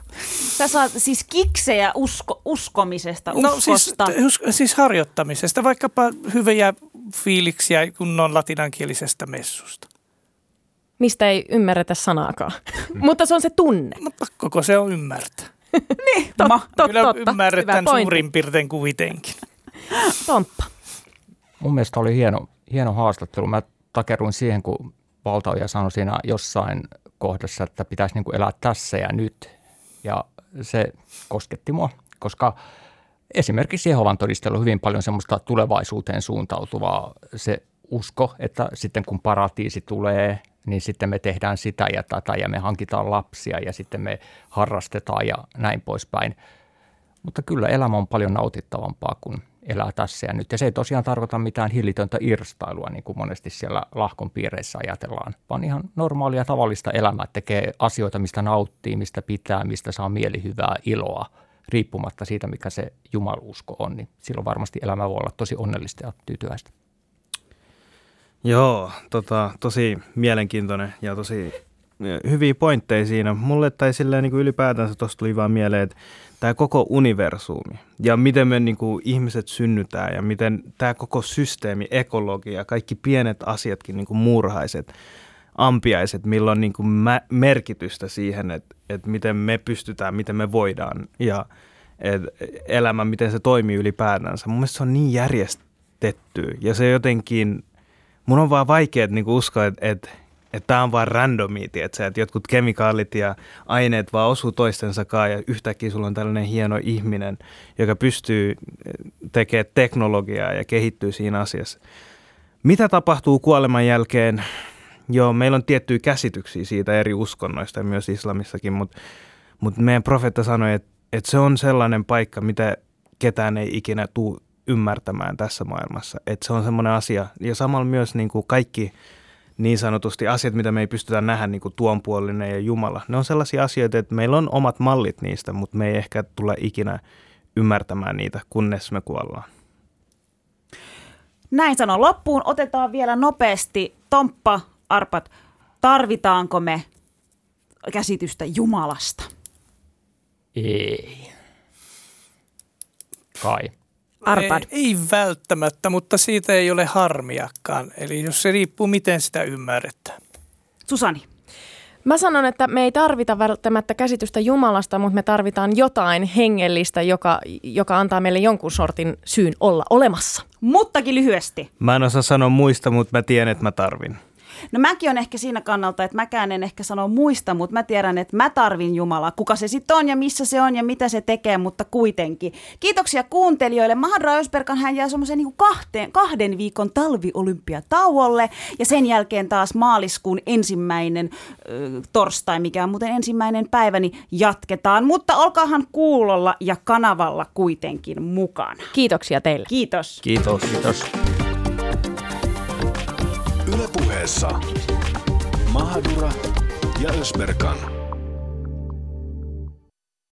Sä saat siis kiksejä uskomisesta, uskosta. Siis harjoittamisesta, vaikkapa hyviä fiiliksiä kunnon latinankielisestä messusta. Mistä ei ymmärretä sanaakaan. Mutta se on se tunne. No pakkoko se on ymmärtää. Niin, Kyllä ymmärretään suurin piirtein kuitenkin. Tomppa. Mun mielestä oli hieno haastattelu. Mä takeruin siihen, kun Valtaoja sanoi siinä jossain kohdassa, että pitäisi niin kuin elää tässä ja nyt. Ja se kosketti mua, koska esimerkiksi Jehovan todistelu on hyvin paljon semmoista tulevaisuuteen suuntautuvaa. Se usko, että sitten kun paratiisi tulee, niin sitten me tehdään sitä ja tätä ja me hankitaan lapsia ja sitten me harrastetaan ja näin poispäin. Mutta kyllä elämä on paljon nautittavampaa kuin elää tässä ja nyt. Ja se ei tosiaan tarkoita mitään hillitöntä irstailua, niin kuin monesti siellä lahkon piireissä ajatellaan, vaan ihan normaalia tavallista elämää, tekee asioita, mistä nauttii, mistä pitää, mistä saa mielihyvää, iloa, riippumatta siitä, mikä se jumalusko on. Niin silloin varmasti elämä voi olla tosi onnellista ja tyytyväistä. Joo, tosi mielenkiintoinen ja tosi hyviä pointteja siinä. Mulle tai silleen niin kuin ylipäätänsä tuosta tuli vaan mieleen, että tämä koko universumi ja miten me niin kuin ihmiset synnytään ja miten tämä koko systeemi, ekologia, kaikki pienet asiatkin, niin kuin muurahaiset, ampiaiset, millä on niin kuin merkitystä siihen, että miten me pystytään, miten me voidaan ja elämä, miten se toimii ylipäätänsä. Mun mielestä se on niin järjestetty ja se jotenkin, mun on vaan vaikea niin kuin uskoa, että tämä on vaan randomia, että jotkut kemikaalit ja aineet vaan osuu toistensa kanssa ja yhtäkkiä sulla on tällainen hieno ihminen, joka pystyy tekemään teknologiaa ja kehittyy siinä asiassa. Mitä tapahtuu kuoleman jälkeen? Joo, meillä on tiettyjä käsityksiä siitä eri uskonnoista ja myös islamissakin, mutta meidän profeetta sanoi, että se on sellainen paikka, mitä ketään ei ikinä tule ymmärtämään tässä maailmassa. Että se on semmoinen asia ja samalla myös niin kuin kaikki niin sanotusti asiat, mitä me ei pystytä nähdä, niin kuin tuonpuolinen ja Jumala. Ne on sellaisia asioita, että meillä on omat mallit niistä, mutta me ei ehkä tule ikinä ymmärtämään niitä, kunnes me kuollaan. Näin sanon loppuun. Otetaan vielä nopeasti. Tomppa, Arpad, tarvitaanko me käsitystä Jumalasta? Ei. Kai. Arpad. Ei välttämättä, mutta siitä ei ole harmiakaan. Eli jos se riippuu, miten sitä ymmärretään. Susani. Mä sanon, että me ei tarvita välttämättä käsitystä Jumalasta, mutta me tarvitaan jotain hengellistä, joka antaa meille jonkun sortin syyn olla olemassa. Muttakin lyhyesti. Mä en osaa sanoa muista, mutta mä tiedän, että mä tarvin. No mäkin on ehkä siinä kannalta, että mäkään en ehkä sano muista, mutta mä tiedän, että mä tarvin Jumalaa. Kuka se sitten on ja missä se on ja mitä se tekee, mutta kuitenkin. Kiitoksia kuuntelijoille. Mahadura Ösberkan hän jää semmoisen niin kuin 2 viikon talviolympiatauolle ja sen jälkeen taas maaliskuun 1. torstai, mikä on muuten 1. päivä, niin jatketaan. Mutta olkaahan kuulolla ja kanavalla kuitenkin mukana. Kiitoksia teille. Kiitos. Kiitos. Yle Puheessa Mahadura ja Ösberkan.